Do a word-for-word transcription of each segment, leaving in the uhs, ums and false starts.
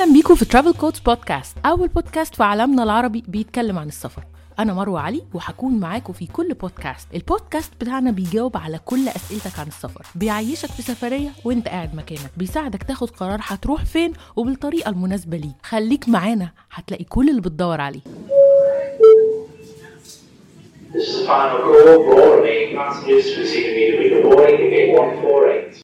أهلا بيكم في ترافل كودز بودكاست، أول بودكاست في عالمنا العربي بيتكلم عن السفر. أنا مروة علي وحكون معاكم في كل بودكاست. البودكاست بتاعنا بيجاوب على كل أسئلتك عن السفر، بيعيشك في سفرية وانت قاعد مكانك، بيساعدك تاخد قرار هتروح فين وبالطريقة المناسبة ليك. خليك معانا هتلاقي كل اللي بتدور عليه. This is the final call for all remaining passengers receiving immediately boarding in gate one forty-eight.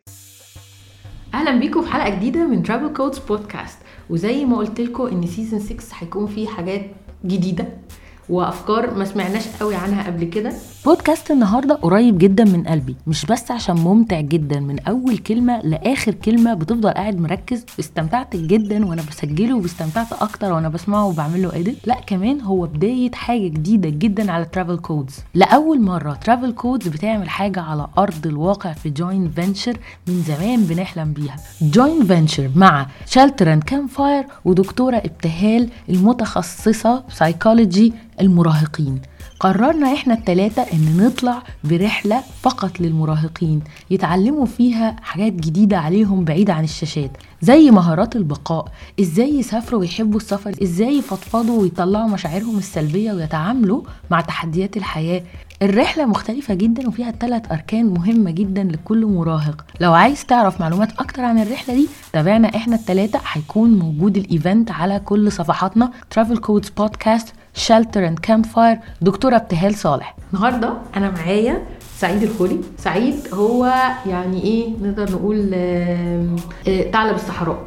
أهلا بيكم في حلقة جديدة من ترافل كودز بودكاست. وزي ما قلت لكم إن سيزن ستة هيكون فيه حاجات جديدة وأفكار ما سمعناش قوي عنها قبل كده. بودكاست النهاردة قريب جدا من قلبي، مش بس عشان ممتع جدا من أول كلمة لآخر كلمة، بتفضل قاعد مركز. استمتعت جدا وأنا بسجله واستمتعت أكتر وأنا بسمعه وبعمله إيديت. لا كمان هو بداية حاجة جديدة جدا على ترافل كودز. لأول مرة ترافل كودز بتعمل حاجة على أرض الواقع في جوين فينتشر من زمان بنحلم بيها. جوين فينتشر مع شالتر اند كامب فاير ودكتورة ابتهال المتخصصة سايكولوجي المراهقين. قررنا احنا الثلاثة ان نطلع برحلة فقط للمراهقين يتعلموا فيها حاجات جديدة عليهم بعيدة عن الشاشات، زي مهارات البقاء، ازاي يسافروا ويحبوا السفر، ازاي يفضفضوا ويطلعوا مشاعرهم السلبية ويتعاملوا مع تحديات الحياة. الرحلة مختلفة جدا وفيها ثلاث أركان مهمة جدا لكل مراهق. لو عايز تعرف معلومات أكتر عن الرحلة دي تابعنا احنا الثلاثة. هيكون موجود الإيفنت على كل صفحاتنا ترافل كودز بودكاست، شالتر اند كامب فاير، دكتورة ابتهال صالح. النهاردة أنا معايا سعيد الخولي. سعيد هو يعني ايه نقدر نقول آه آه ثعلب الصحراء.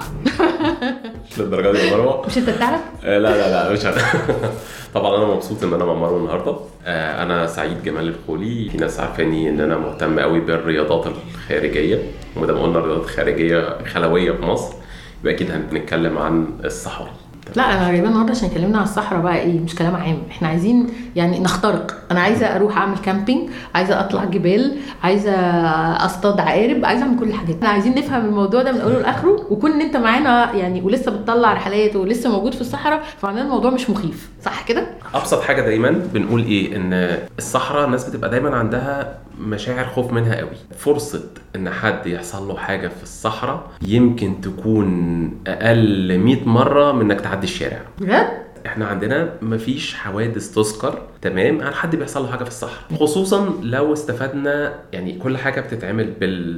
مش للدرجه دي يا مروه. مش انت الثعلب؟ آه لا لا لا مش انا. طبعا انا مبسوط ان انا مع مروه النهارده. آه انا سعيد جمال الخولي. في ناس عارفاني ان انا مهتم قوي بالرياضات الخارجيه، وما دام قلنا رياضات خارجيه خلويه في مصر يبقى اكيد هنتكلم عن الصحراء. لا انا جايبه النهارده عشان نكلمنا على الصحراء بقى. ايه مش كلام عام، احنا عايزين يعني نخترق. انا عايزه اروح اعمل كامبينج، عايزه اطلع جبال، عايزه اصطاد عقارب، عايزه اعمل كل الحاجات. احنا عايزين نفهم الموضوع ده من اوله لاخره، وكون ان انت معانا يعني ولسه بتطلع رحلات ولسه موجود في الصحراء، فمعناه الموضوع مش مخيف، صح كده؟ ابسط حاجه دايما بنقول ايه، ان الصحراء الناس بتبقى دايما عندها مشاعر خوف منها قوي. فرصه ان حد يحصل له حاجه في الصحراء يمكن تكون اقل مئة مره من انك تعدي الشارع. بجد؟ احنا عندنا مفيش حوادث تذكر تمام عن حد بيحصل له حاجه في الصحراء، خصوصا لو استفدنا. يعني كل حاجه بتتعمل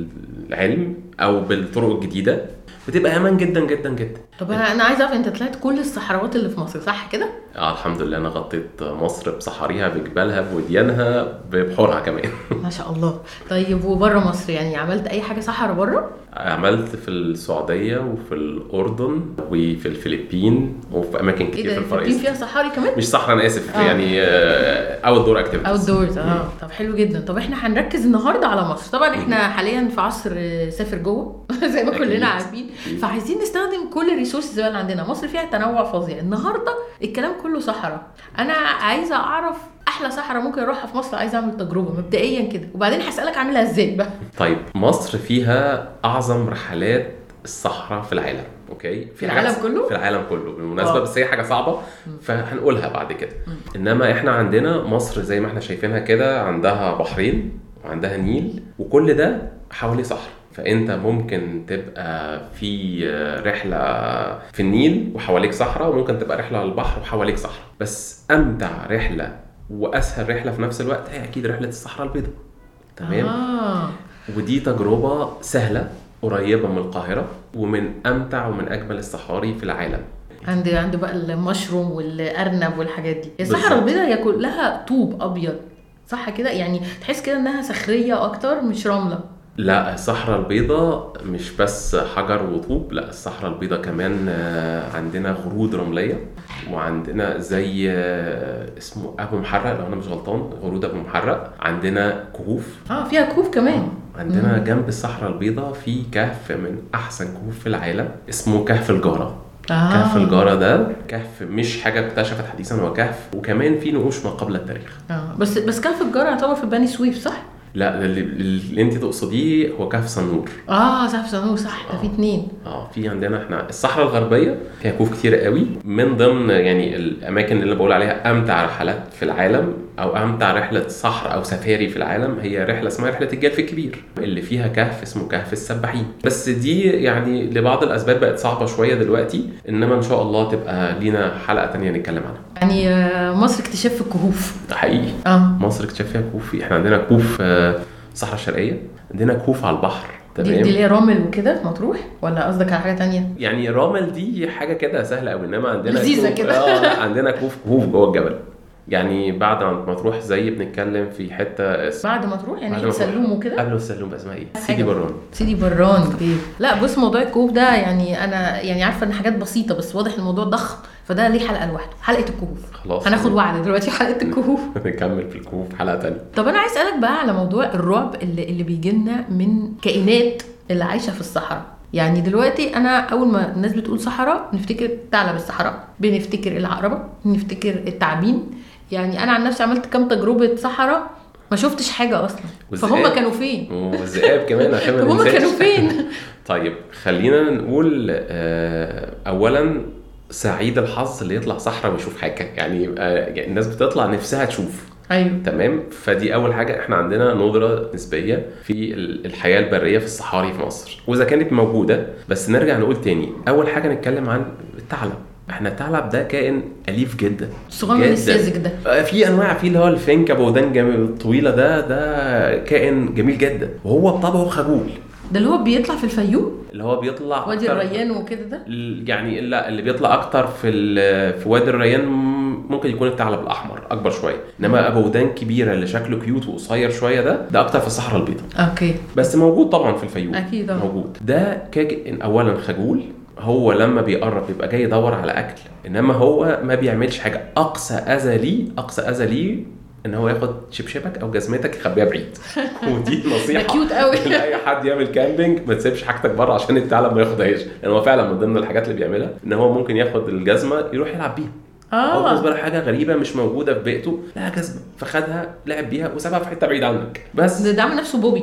بالعلم او بالطرق الجديده بتبقى امان جدا جدا جدا. طب انا عايزه اعرف، انت طلعت كل الصحراوات اللي في مصر صح كده؟ اه الحمد لله، انا غطيت مصر بصحاريها بجبالها بوديانها ببحورها كمان. ما شاء الله. طيب وبره مصر يعني عملت اي حاجه صحراء بره؟ عملت في السعوديه وفي الاردن وفي الفلبين وفي اماكن كتير في الفار ايست. فيها صحاري كمان؟ مش صحراء انا اسف. آه. يعني اوت دور اكتيفيتيز. اوت دور. اه طب حلو جدا. طب احنا هنركز النهارده على مصر. طبعا احنا حاليا في عصر سافر جوه زي ما كلنا عارفين، فعايزين نستخدم كل الريسورسز اللي عندنا. مصر فيها تنوع فظيع. النهارده الكلام كله صحراء. انا عايزه اعرف احلى صحراء ممكن اروحها في مصر. عايزه اعمل تجربه مبدئيا كده، وبعدين هسالك اعملها ازاي بقى. طيب مصر فيها اعظم رحلات الصحراء في العالم. اوكي في العالم كله؟ في العالم كله بالمناسبه. بس هي حاجه صعبه فهنقولها بعد كده. انما احنا عندنا مصر زي ما احنا شايفينها كده، عندها بحرين وعندها نيل، وكل ده حواليه صحراء. فانت ممكن تبقى في رحله في النيل وحواليك صحراء، وممكن تبقى رحله على البحر وحواليك صحراء. بس امتع رحله واسهل رحله في نفس الوقت هي اكيد رحله الصحراء البيضاء. تمام. آه. ودي تجربه سهله قريبه من القاهره، ومن امتع ومن اجمل الصحاري في العالم. عندي عنده بقى المشروم والارنب والحاجات دي. الصحراء البيضاء هي كلها طوب ابيض صح كده؟ يعني تحس كده انها صخريه اكتر مش رمله. لا الصحراء البيضاء مش بس حجر وطوب، لا الصحراء البيضاء كمان عندنا غرود رملية، وعندنا زي اسمه أبو محرق لو أنا مش غلطان، غرود أبو محرق. عندنا كهوف. اه فيها كهوف كمان. عندنا مم. جنب الصحراء البيضاء في كهف من أحسن كهوف في العالم اسمه كهف الجارة. آه. كهف الجارة ده كهف مش حاجة اكتشفت حديثا، هو كهف وكمان في نقوش ما قبل التاريخ. اه بس بس كهف الجارة يعتبر في بني سويف صح؟ لا اللي, اللي انت تقصديه هو كهف صنور. اه كهف صنور صح. ده في اتنين. اه في عندنا احنا الصحراء الغربيه فيها كهوف كتير قوي. من ضمن يعني الاماكن اللي بقول عليها امتع رحلات في العالم او امتع رحله صحراء او سفاري في العالم هي رحله اسمها رحله الجلف الكبير اللي فيها كهف اسمه كهف السباحين. بس دي يعني لبعض الاسباب بقت صعبه شويه دلوقتي، انما ان شاء الله تبقى لينا حلقه تانية نتكلم عنها. يعني مصر اكتشاف الكهوف حقيقي. اه مصر اكتشاف فيها كهوف. احنا عندنا كهوف الصحراء الشرقيه، عندنا كهوف على البحر. دي, دي اللي هي رامل وكده في مطروح ولا قصدك على حاجه تانية؟ يعني رامل دي حاجه كده سهله قوي، انما عندنا لذيذه كده. اه عندنا كهوف كهوف جوه الجبل. يعني بعد ما تروح زي بنتكلم في حته اس... بعد ما تروح يعني ايه سلوم وكده؟ قبل السلوم اسمها ايه؟ سيدي بران. سيدي بران. اوكي. لا بص موضوع الكهوف ده يعني انا يعني عارفه ان حاجات بسيطه بس واضح الموضوع ضخم، فده ليه حلقه لوحده، حلقه الكهوف. خلاص هناخد وعد دلوقتي حلقه الكهوف. نكمل في الكهوف حلقه ثانيه. طب انا عايز اسالك بقى على موضوع الرعب اللي اللي بيجي لنا من كائنات اللي عايشه في الصحراء. يعني دلوقتي انا اول ما الناس بتقول صحراء نفتكر ثعلب الصحراء، بنفتكر العقربه، بنفتكر التعابين. يعني انا عن نفسي عملت كام تجربه صحراء ما شفتش حاجه اصلا. فهم كانوا فين؟ والذئاب كمان عشان ما ننساش. هم كانوا فين؟ طيب خلينا نقول اولا سعيد الحظ اللي يطلع صحراء ويشوف حاجه. يعني يبقى الناس بتطلع نفسها تشوف. ايوه تمام. فدي اول حاجه، احنا عندنا ندره نسبيه في الحياه البريه في الصحاري في مصر، واذا كانت موجوده. بس نرجع نقول تاني، اول حاجه نتكلم عن الثعلب. احنا الثعلب ده كائن اليف جدا، صغير الساذج ده. في انواع فيه اللي هو الفنكه بودان الطويله ده ده كائن جميل جدا، وهو بطبعه خجول. ده اللي هو بيطلع في الفيوم، اللي هو بيطلع وادي الريان وكده ده. يعني لا اللي بيطلع اكتر في في وادي الريان ممكن يكون الثعلب الاحمر اكبر شويه، انما ابو ودان كبيره اللي شكله كيوت وقصير شويه ده ده اكتر في الصحراء البيضاء. اوكي. بس موجود طبعا في الفيوم. اكيد موجود. ده كائن اولا خجول، هو لما بيقرب بيبقى جاي يدور على اكل، انما هو ما بيعملش حاجه. اقصى اذى ليه اقصى اذى ليه ان هو ياخد شبشبك او جزمتك يخبيها بعيد. ودي نصيحه كيوت قوي لاي حد يعمل كامبينج، ما تسيبش حاجتك بره عشان الثعلب ما ياخدهاش. لان يعني هو فعلا من ضمن الحاجات اللي بيعملها ان هو ممكن ياخد الجزمه يروح يلعب بيها. اه بالنسبه له حاجه غريبه مش موجوده في بيئته، لا جزمه، فخدها لعب بيها وسابها في حته بعيد عنك. بس ده عامل نفسه بوبي.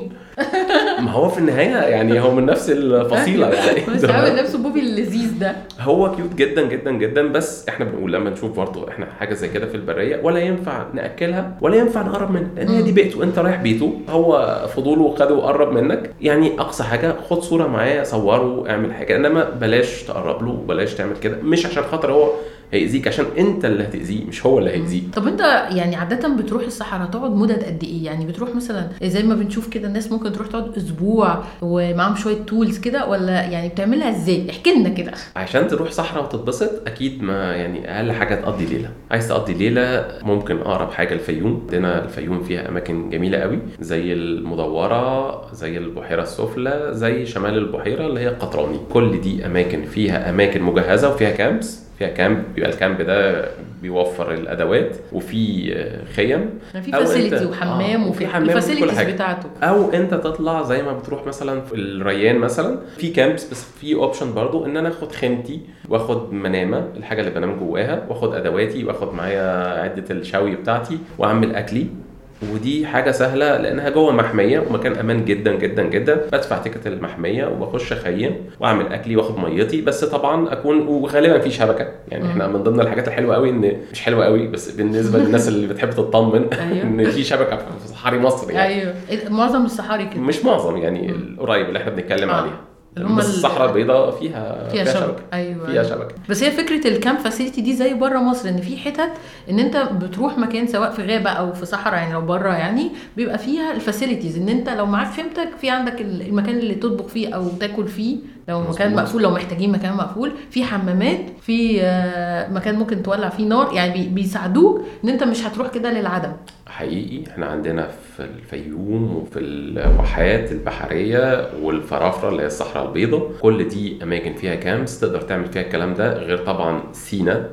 ما هو في النهايه يعني هو من نفس الفصيله يعني. بس عامل نفسه بوبي اللذيذ ده. هو كيوت جدا جدا جدا. بس احنا بنقول لما نشوف برضه احنا حاجه زي كده في البريه ولا ينفع ناكلها ولا ينفع نقرب منها، لان هي دي بيئته. انت رايح بيته، هو فضوله وخده وقرب منك. يعني اقصى حاجه خد صوره معاه، صوره، اعمل حاجه، انما بلاش تقرب له وبلاش تعمل كده. مش عشان خاطر هو هيأذيك، عشان انت اللي هتأذيه مش هو اللي هيأذيك. طب انت يعني عادة بتروح الصحراء تقعد مدة قد ايه؟ يعني بتروح مثلا زي ما بنشوف كده الناس ممكن تروح تقعد اسبوع ومعاهم شوية تولز كده، ولا يعني بتعملها ازاي؟ احكي لنا كده. عشان تروح صحراء وتتبسط اكيد ما يعني اقل حاجة تقضي ليلة. عايز تقضي ليلة ممكن اقرب حاجة الفيوم. عندنا الفيوم فيها اماكن جميلة قوي زي المدورة، زي البحيرة السفلى، زي شمال البحيرة اللي هي قطراني. كل دي اماكن فيها اماكن مجهزة وفيها كامبس، فيها كامب. بيبقى الكامب ده بيوفر الادوات وفي خيم، في فاسيلتي وحمام آه وفي الفاسيلتيز بتاعته. او انت تطلع زي ما بتروح مثلا في الريان مثلا في كامبس، بس في اوبشن برضو ان انا اخد خيمتي واخد منامه الحاجه اللي بنام جواها، واخد ادواتي واخد معايا عده الشوي بتاعتي واعمل اكلي. ودي حاجه سهله لانها جوه محميه ومكان امان جدا جدا جدا. بدفع تيكت المحميه وبخش اخيم واعمل اكلي واخد ميتي. بس طبعا اكون وغالبا في شبكه. يعني احنا من ضمن الحاجات الحلوه قوي ان مش حلوه قوي بس بالنسبه للناس اللي بتحب تطمن ان في شبكه في صحاري مصر. يعني ايوه معظم الصحاري كده، مش معظم يعني القريب اللي احنا بنتكلم آه. عليها. بس الصحراء البيضاء فيها فيها, فيها شبكة. شبكه. ايوه فيها شبكه. بس هي فكره الكامب فاسيلتي دي زي بره مصر، ان في حتت ان انت بتروح مكان سواء في غابه او في صحراء، يعني لو بره يعني بيبقى فيها الفاسيلتيز ان انت لو معاك خيمتك في عندك المكان اللي تطبخ فيه او تاكل فيه لو مزبوط. مكان مقفول، لو محتاجين مكان مقفول، في حمامات، في مكان ممكن تولع فيه نار. يعني بيساعدوك ان انت مش هتروح كده للعدم. حقيقي احنا عندنا في الفيوم وفي الواحات البحريه والفرافره اللي هي الصحراء البيضاء، كل دي اماكن فيها كامبس تقدر تعمل فيها الكلام ده. غير طبعا سينا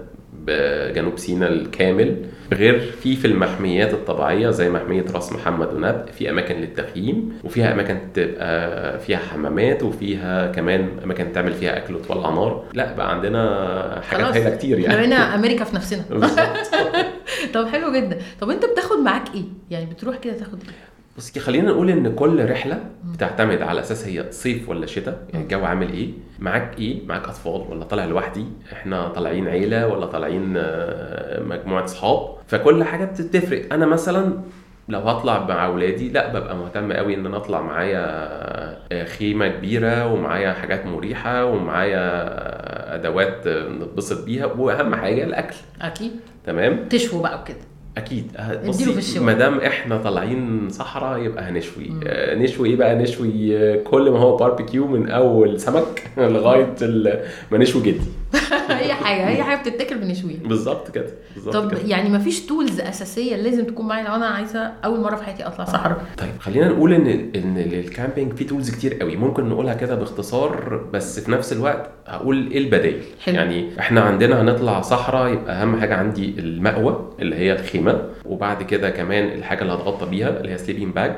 بجنوب سيناء الكامل، غير في في المحميات الطبيعيه زي محميه راس محمد ونبأ في اماكن للتخييم، وفيها اماكن تبقى فيها حمامات، وفيها كمان اماكن تعمل فيها اكل وتولع نار. لا بقى عندنا حاجات هايله كتير يعني. هنا امريكا في نفسنا. طب حلو جدا. طب انت بتاخد معاك ايه؟ يعني بتروح كده تاخد ايه؟ بس خلينا نقول ان كل رحله بتعتمد على اساس هي صيف ولا شتاء، يعني الجو عامل ايه، معاك ايه، معاك اطفال ولا طالع لوحدي، احنا طالعين عيله ولا طالعين مجموعه صحاب، فكل حاجه بتفرق. انا مثلا لو هطلع مع اولادي لا ببقى مهتم قوي ان انا اطلع معايا خيمه كبيره ومعايا حاجات مريحه ومعايا ادوات نتبسط بيها، واهم حاجه الاكل. اكيد تمام، تشوي بقى وكده. اكيد. بصي ما دام احنا طالعين صحراء يبقى هنشوي. آه نشوي ايه بقى؟ نشوي آه كل ما هو باربيكيو، من اول سمك لغايه ما نشوي جدي. اي حاجه اي حاجه بتتاكل بنشويها. بالظبط كده، بالظبط. طب كده. يعني ما فيش تولز اساسيه لازم تكون معايا لو انا عايزه اول مره في حياتي اطلع صحراء؟ طيب خلينا نقول ان ان الكامبينج فيه تولز كتير قوي، ممكن نقولها كده باختصار، بس في نفس الوقت هقول ايه البدائل. حلو. يعني احنا عندنا هنطلع صحراء، يبقى اهم حاجه عندي المأوى اللي هي الخيمه، وبعد كده كمان الحاجه اللي هتغطى بيها اللي هي سليبين باج،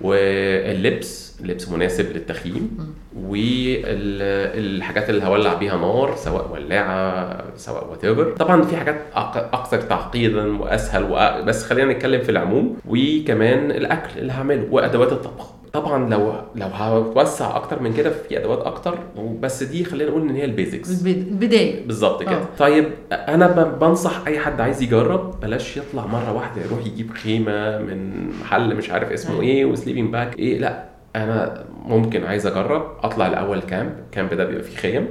واللبس لبس مناسب للتخييم، والحاجات اللي هولع بيها نار، سواء ولاعه سواء واتيفر. طبعا في حاجات اكثر تعقيدا واسهل وأ... بس خلينا نتكلم في العموم. وكمان الاكل اللي هعمله وادوات الطبخ. طبعا لو لو هتوسع اكتر من كده في ادوات اكتر، بس دي خلينا نقول ان هي البيزكس، البدايه بالظبط كده. طيب انا بنصح اي حد عايز يجرب بلاش يطلع مره واحده يروح يجيب خيمه من محل مش عارف اسمه م. ايه وسليبين باك ايه، لا انا ممكن عايز اجرب اطلع الاول كامب. كامب ده بيبقى فيه خيم،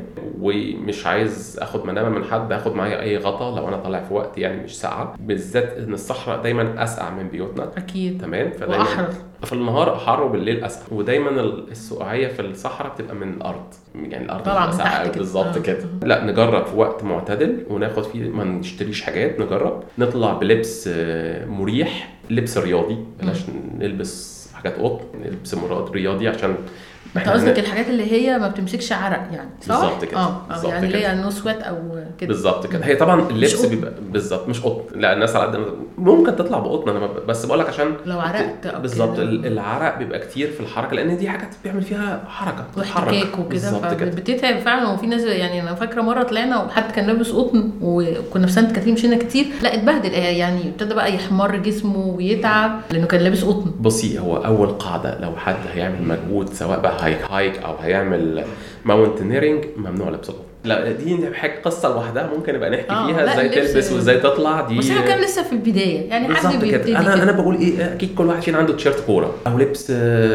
ومش عايز اخد منامه من حد، اخد معايا اي غطا لو انا طالع في وقت يعني مش ساقعه، بالذات ان الصحراء دايما اسقع من بيوتنا. اكيد. تمام. فدايما واحرر في النهار احر وبالليل اسقع، ودايما السقعيه في الصحراء بتبقى من الارض، يعني الارض طبعا ساقعه بالظبط كده. لا نجرب في وقت معتدل وناخد فيه، ما نشتريش حاجات، نجرب نطلع بلبس مريح، لبس رياضي، بلاش نلبس حاجات قطن، نلبس مراد رياضي عشان انت قصدك الحاجات اللي هي ما بتمسكش عرق يعني، صح؟ بالظبط كده. اه يعني اللي هي نو سويت او كده. بالظبط كده. هي طبعا اللبس بيبقى بالظبط مش قطن، لا الناس على قد ممكن تطلع بقطن، انا بس بقول لك عشان لو عرقت بالظبط. العرق بيبقى كتير في الحركه، لان دي حاجات بيعمل فيها حركه واحتكاك وكده، فبتتعب فعلا. وفي ناس يعني انا فاكره مره طلعنا وحد كان لابس قطن وكنا في سانت كاترين مشينا كتير، لا اتبهدل يعني، ابتدى بقى يحمر جسمه ويتعب لانه كان لابس قطن. بصي هو اول قاعده لو حد هيعمل مجهود سواء بقى هايك هايك او هيعمل ماونتينيرنج، ممنوع لبس القطن. لا دي حاجه قصه لوحدها ممكن نبقى نحكي آه فيها ازاي تلبس وازاي تطلع دي، بس احنا كان لسه في البدايه يعني حد بيبتدي. انا كده. انا بقول ايه، اكيد كل واحد فينا عنده تيشيرت كوره او لبس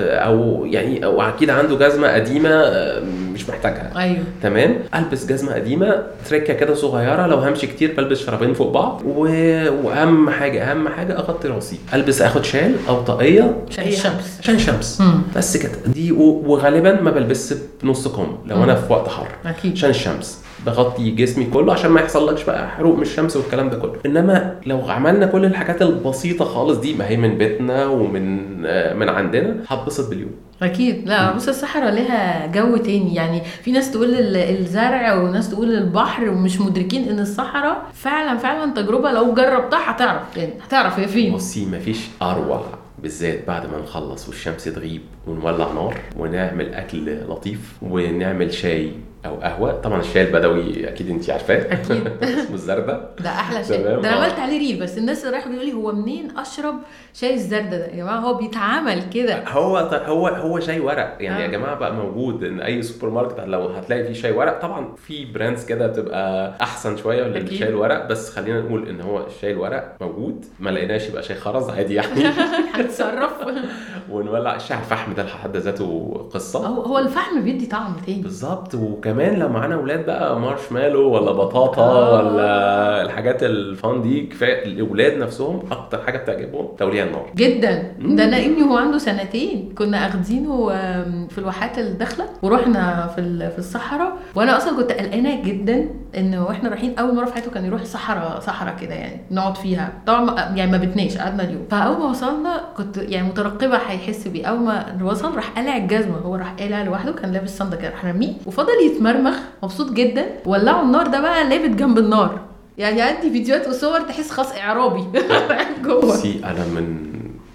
او يعني او اكيد عنده جزمه قديمه مش محتاجها. ايوه تمام. البس جزمه قديمه تريكه كده صغيره، لو همشي كتير بلبس شرابين فوق بعض، و... واهم حاجه اهم حاجه اغطي راسي، البس اخد شال او طاقيه عشان الشمس، عشان الشمس بس كده. دي وغالبا ما بلبس بنص كم لو مم. انا في وقت حر عشان الشمس، بغطي جسمي كله عشان ما يحصلكش بقى حروق من الشمس والكلام ده كله. انما لو عملنا كل الحاجات البسيطه خالص دي، ما هي من بيتنا ومن من عندنا، هتبسط باليوم اكيد. لا بص الصحراء لها جو تاني يعني، في ناس تقول الزرع وناس تقول البحر، ومش مدركين ان الصحراء فعلا فعلا تجربه لو جربتها هتعرف يعني هتعرف هي فين. بصي مفيش اروع، بالذات بعد ما نخلص والشمس تغيب ونولع نار ونعمل اكل لطيف ونعمل شاي او قهوه. طبعا الشاي البدوي اكيد انت عارفاه، اكيد اسمه الزردة، ده احلى شاي. ده انا عملت عليه ريل، بس الناس اللي رايحه بيقولوا لي هو منين اشرب شاي الزردة ده يا جماعه؟ هو بيتعمل كده، هو هو هو شاي ورق يعني. آه. يا جماعه بقى موجود ان اي سوبر ماركت لو هتلاقي فيه شاي ورق. طبعا في براندز كده بتبقى احسن شويه للشاي الورق، بس خلينا نقول ان هو الشاي الورق موجود. ما لقيناش يبقى شاي خرز عادي يعني هنتصرف ونولع الشاي الفحم ده لحد ذاته قصه. هو هو الفحم بيدي طعم تاني بالظبط. وكمان لو معانا اولاد بقى مارشميلو ولا بطاطا آه. ولا الحاجات الفان دي، كفايه الاولاد نفسهم اكتر حاجه بتعجبهم توليع النار جدا. ده انا ابني هو عنده سنتين كنا اخدينه في الواحات الداخله ورحنا في في الصحراء، وانا اصلا كنت قلقانه جدا انه واحنا رايحين اول مره في حياته كان يروح صحراء صحراء كده يعني نقعد فيها. طبعا يعني ما بتناش، قعدنا اليوم. فاول ما وصلنا كنت يعني مترقبه هيحس بيه. اول ما وصل راح قلع الجزمه، هو راح قلع لوحده، كان لابس صندوق كده، راح رميه وفضل يتمرمخ مبسوط جدا. ولعوا النار ده بقى لابت جنب النار يعني. عندي فيديوهات وصور تحس خاص اعرابي جوه. سي انا من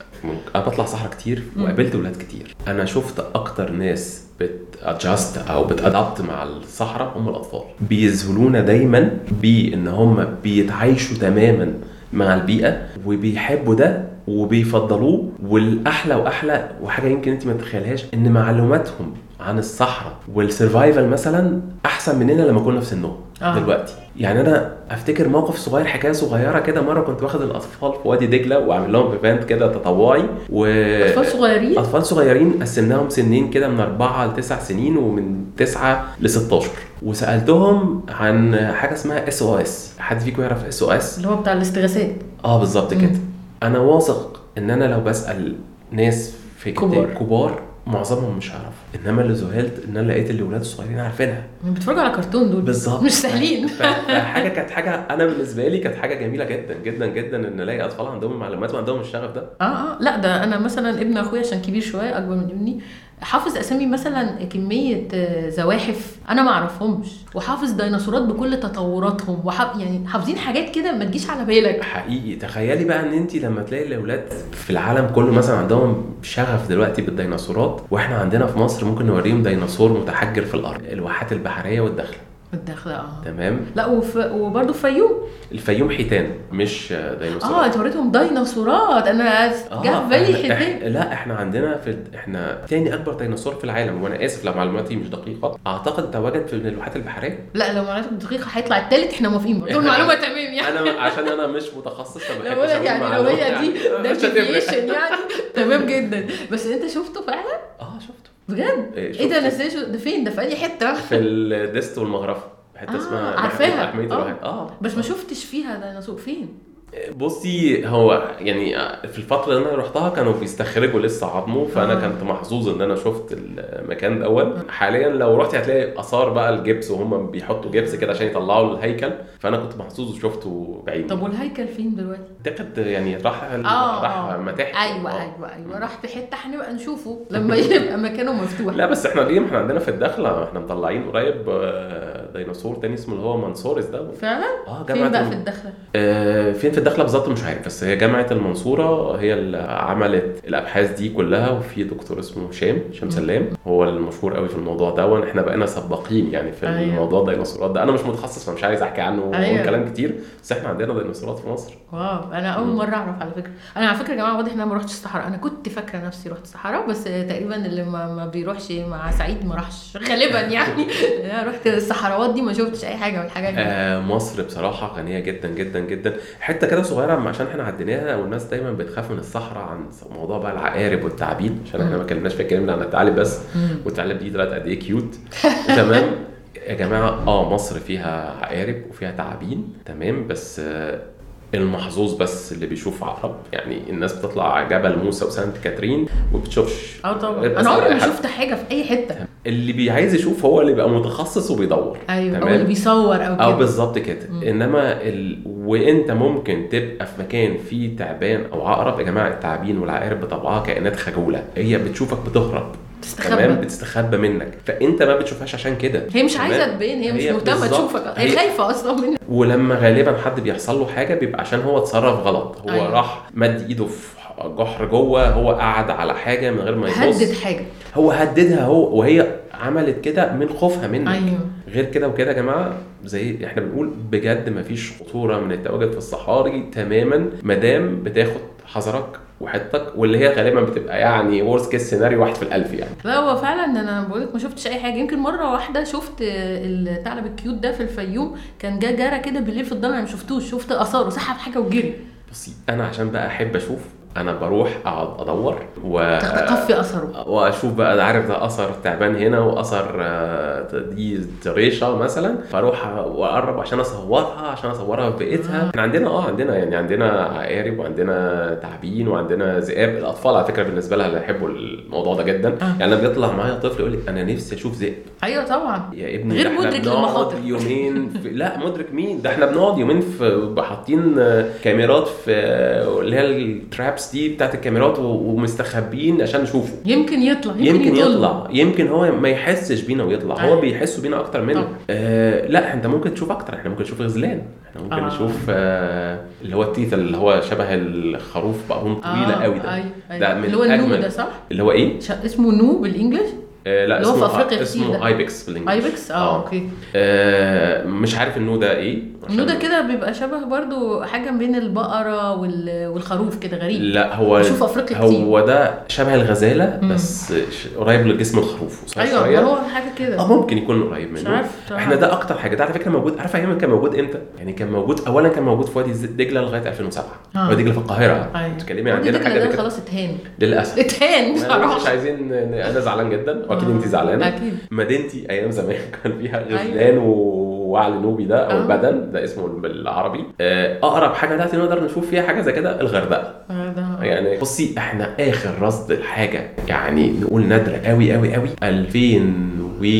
انا بطلع صحراء كتير وقابلت ولاد كتير. انا شفت اكتر ناس بتادجست او بتادابت مع الصحراء هم الاطفال. بيذهلونا دايما بان هم بيتعايشوا تماما مع البيئه وبيحبوا ده وبيفضلوه. والاحلى واحلى وحاجه يمكن انت ما تتخيلهاش ان معلوماتهم عن الصحراء والسرفايفل مثلا احسن مننا لما كنا في سنهم آه. دلوقتي. يعني انا افتكر موقف صغير، حكايه صغيره كده. مره كنت واخد الاطفال في وادي دجله واعمل لهم ايفنت كده تطوعي، و اطفال صغيرين اطفال صغيرين قسمناهم سنين كده من أربعة لتسع سنين ومن تسعة لستاشر، وسالتهم عن حاجه اسمها اس او اس. حد فيكم يعرف اس او اس؟ اللي هو بتاع الاستغاثات. اه بالظبط كده. انا واثق ان انا لو بسال ناس في كبار, كبار معظمهم مش عارف، انما اللي ذهلت ان انا لقيت الاولاد الصغيرين عارفينها. بيتفرجوا على كرتون دول بالظبط، مش سهلين. حاجه كانت حاجه انا بالنسبه لي كانت حاجه جميله جدا جدا جدا ان الاقي اطفال عندهم المعلومات وعندهم الشغف ده. اه اه لا ده انا مثلا ابن اخويا عشان كبير شويه اكبر من ابني، حافظ اسامي مثلا كميه زواحف انا ما اعرفهمش، وحافظ ديناصورات بكل تطوراتهم، وحافظ يعني حافظين حاجات كده ما تجيش على بالك حقيقي. تخيلي بقى ان انت لما تلاقي الاولاد في العالم كله مثلا عندهم شغف دلوقتي بالديناصورات، واحنا عندنا في مصر ممكن نوريهم ديناصور متحجر في الارض، الواحات البحريه والداخله الداخله اه تمام. لا وف... وبرده الفيوم الفيوم حيتان مش ديناصورات. اه انت وريتهم ديناصورات، انا آه جه بالي حيتان. إح... لا احنا عندنا في احنا تاني اكبر ديناصور في العالم، وانا اسف لو معلوماتي مش دقيقه، اعتقد تواجد في الواحات البحريه. لا لو معلوماتك دقيقه هيطلع الثالث، احنا موافقين برضه المعلومه تمام يعني. انا عشان انا مش متخصص فبحب اقول يعني لو هي دي ده ديفيشن يعني تمام جدا. بس انت شفته فعلا؟ اه شفته بجد. ايه ده؟ انا ازاي ده فين ده؟ في اي حته؟ في الديست والمغرفه، حته آه اسمها عارفاها اه, آه. بس ما شفتش فيها ديناصور. فين؟ بصي هو يعني في الفتره اللي انا رحتها كانوا بيستخرجوا لسه عظمه، فانا آه. كنت محظوظ ان انا شفت المكان الاول. حاليا لو رحتي هتلاقي اثار بقى الجبس، وهم بيحطوا جبس كده عشان يطلعوا الهيكل، فانا كنت محظوظ وشفته بعيني. طب والهيكل فين دلوقتي؟ اعتقد يعني راح آه راح آه. متاحف. ايوه آه. ايوه ايوه راح في حته هنبقى نشوفه لما يبقى مكانه مفتوح. لا بس احنا ليه احنا عندنا في الداخله احنا مطلعين قريب ديناصور تاني اسمه اللي هو منصورس ده فعلا. اه فين بقى في الداخله؟ آه فين في الداخله بالظبط مش عارف، بس هي جامعه المنصوره هي اللي عملت الابحاث دي كلها، وفي دكتور اسمه هشام هشام سلام هو المشهور قوي في الموضوع ده، واحنا بقينا سباقين يعني في أيوة. الموضوع الديناصورات ده. انا مش متخصص فمش عايز احكي عنه أيوة. كلام كتير، بس احنا عندنا ديناصورات في مصر. واو انا اول مره اعرف على فكره. انا على فكره يا جماعه واضح ان انا ما رحتش الصحراء، انا كنت فاكره نفسي رحت الصحراء، بس تقريبا اللي ما, ما بيروحش مع سعيد ما راحش غالبا يعني. انا رحت الصحراوات دي ما شفتش اي حاجه من الحاجات دي. آه مصر بصراحه غنيه جدا جدا جدا. حته كده صغيره عشان احنا عديناها، والناس دايما بتخاف من الصحراء عن موضوع بقى العقارب والتعابين، عشان احنا ما اتكلمناش في الكلام عن الثعالب بس، والثعالب دي طلعت قد ايه كيوت. تمام يا جماعه اه مصر فيها عقارب وفيها تعابين تمام، بس آه المحظوظ بس اللي بيشوف عقرب. يعني الناس بتطلع جبل موسى وسانت كاترين وبتشوفش. اه طبعا انا عمري ما شفت حاجه في اي حته. اللي بيعايز يشوف هو اللي بيبقى متخصص وبيدور. ايوه او اللي بيصور او كده. اه بالظبط كده. انما ال... وانت ممكن تبقى في مكان فيه تعبان او عقرب. يا جماعه التعابين والعقارب بطبعها كائنات خجوله، هي بتشوفك بتهرب تمام، بتستخبى منك، فانت ما بتشوفهاش عشان كده. هي مش عايزه تبين، هي مش مهتمه تشوفك، هي, هي خايفه اصلا منك. ولما غالبا حد بيحصل له حاجه بيبقى عشان هو اتصرف غلط، هو أيوة. راح مد ايده في جحر جوه، هو قعد على حاجه من غير ما يبص، هدد حاجه، هو هددها هو، وهي عملت كده من خوفها منك. أيوة. غير كده وكده يا جماعه زي احنا بنقول بجد مفيش خطوره من التواجد في الصحاري تماما، مادام بتاخد حذرك وحدتك، واللي هي غالبا بتبقى يعني ورست كيس سيناريو واحد في الالف يعني. لا هو فعلا انا بقولك ما شفتش اي حاجه. يمكن مره واحده شفت الثعلب الكيوت ده في الفيوم، كان جا جاره كده بالليل في الضلمه، انا ما شفتوش، شفت اثاره سحب حاجه وجري. بصي انا عشان بقى احب اشوف، انا بروح اقعد ادور وتقفي اثره واشوف بقى، عارف ده اثر تعبان هنا واثر دي ريشه مثلا، فاروح واقرب عشان اصورها عشان اصورها في بيئتها. احنا عندنا اه عندنا يعني عندنا عقارب وعندنا تعابين وعندنا ذئاب. الاطفال على فكره بالنسبه لها اللي يحبوا الموضوع ده جدا. آه. يعني لما بيطلع معايا طفل يقول لي انا نفسي اشوف ذئب. ايوه طبعا يا ابني غير مدرك للمخاطر. يومين في... لا مدرك مين ده، احنا بنقعد يومين في حاطين كاميرات في اللي هي الترابس دي بتاعت الكاميرات ومستخبين عشان نشوفه. يمكن يطلع يمكن, يمكن يطلع. يطلع يمكن هو ما يحسش بينا ويطلع. آه. هو بيحسوا بينا اكتر منه. آه لا انت ممكن تشوف اكتر. احنا ممكن نشوف غزلان، احنا ممكن آه. نشوف آه اللي هو التيث اللي هو شبه الخروف بقهم طويله آه. قوي ده. أي. أي. ده من اللي هو النو ده صح؟ اللي هو ايه اسمه نو بالانجلش. آه لا اسمه اسمه, اسمه ايبكس بالانجلش. ايبكس اه اوكي. آه مش عارف النو ده ايه النودة كده بيبقى شبه برضو حاجة بين البقرة والخروف كده غريب. لا هو بشوف افريقيا كتير. هو ده شبه الغزالة مم. بس قريب لجسم الخروف. ايوه هو حاجة كده اه ممكن يكون قريب منه. عارف. احنا ده اكتر حاجة. ده على فكرة موجود. عارف ايام كان موجود امتى؟ يعني كان موجود اولا كان موجود في وادي دجلة لغاية ألفين وسبعة. آه. وادي دجلة في القاهرة. أيوة. تتكلمي عندنا حاجة كده خلاص اتهان للاسف. اتهان بصراحة. مش عايزين. انا زعلان جدا واكيد انت زعلانة. اكيد. مدينتي ايام زمان كان فيها غزلان ووعل نوبي ده او آه. البدن ده اسمه بالعربي. اقرب حاجه دلوقتي نقدر نشوف فيها حاجه زي كده الغردقه. يعني بصي احنا اخر رصد الحاجه يعني نقول نادره قوي قوي قوي ألفين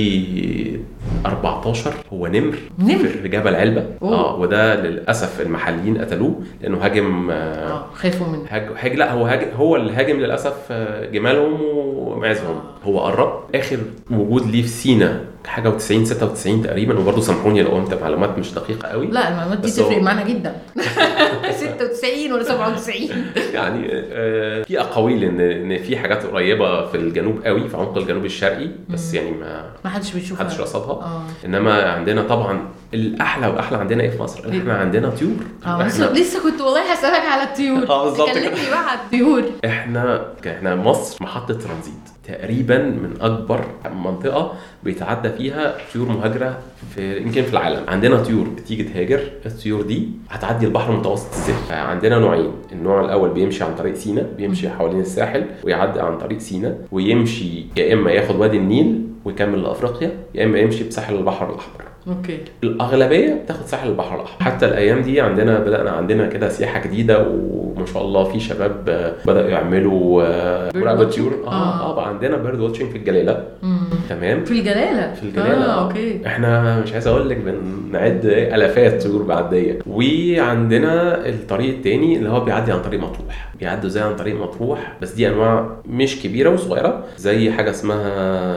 وأربعتاشر هو نمر, نمر. في جبل علبه. اه وده للاسف المحليين قتلوه لانه هاجم. اه خافوا منه. هاج... هاج لا هو هاج... هو اللي هاجم للاسف جمالهم ومعزهم. آه. هو قرب. اخر وجود ليه في سينا حاجه وتسعين ستة وتسعين تقريبا. وبرضه سامحوني لو قلت معلومات مش دقيقه قوي. لا المعلومات دي تفرق هو... معنا جدا. ستة وتسعين ولا سبعة وتسعين. يعني آه في اقاويل ان ان في حاجات قريبه في الجنوب قوي في عمق الجنوب الشرقي بس يعني ما ما حدش بيشوفها. ما حدش رصدها. آه. انما عندنا طبعا الاحلى واحلى عندنا ايه في مصر؟ احنا عندنا طيور. اه احنا... لسه كنت والله هسالك على الطيور. اه بالظبط. كلمني بقى على الطيور. احنا احنا مصر محطه ترانزيت تقريبا من اكبر منطقه بيتعدى فيها طيور مهاجره في يمكن في العالم. عندنا طيور بتيجي تهاجر. الطيور دي هتعدي البحر المتوسط ازاي؟ عندنا نوعين. النوع الاول بيمشي عن طريق سيناء بيمشي حوالين الساحل ويعدي عن طريق سيناء ويمشي يا اما ياخد وادي النيل ويكمل لافريقيا يا اما يمشي بساحل البحر الاحمر. اوكي. الاغلبيه بتاخد ساحل البحر الاحمر. حتى الايام دي عندنا بدانا عندنا كده سياحه جديده وما شاء الله في شباب بداوا يعملوا مراقبه طيور. اه اه بقى عندنا بيرد واتشنج في الجلاله. مم. تمام. في الجلاله في الجلاله. اه اوكي. احنا مش عايز اقول لك بنعد الافات طيور معديه. وعندنا الطريق الثاني اللي هو بيعدي عن طريق مطروح. بيعدوا زي عن طريق مطروح بس دي انواع مش كبيره وصغيره زي حاجه اسمها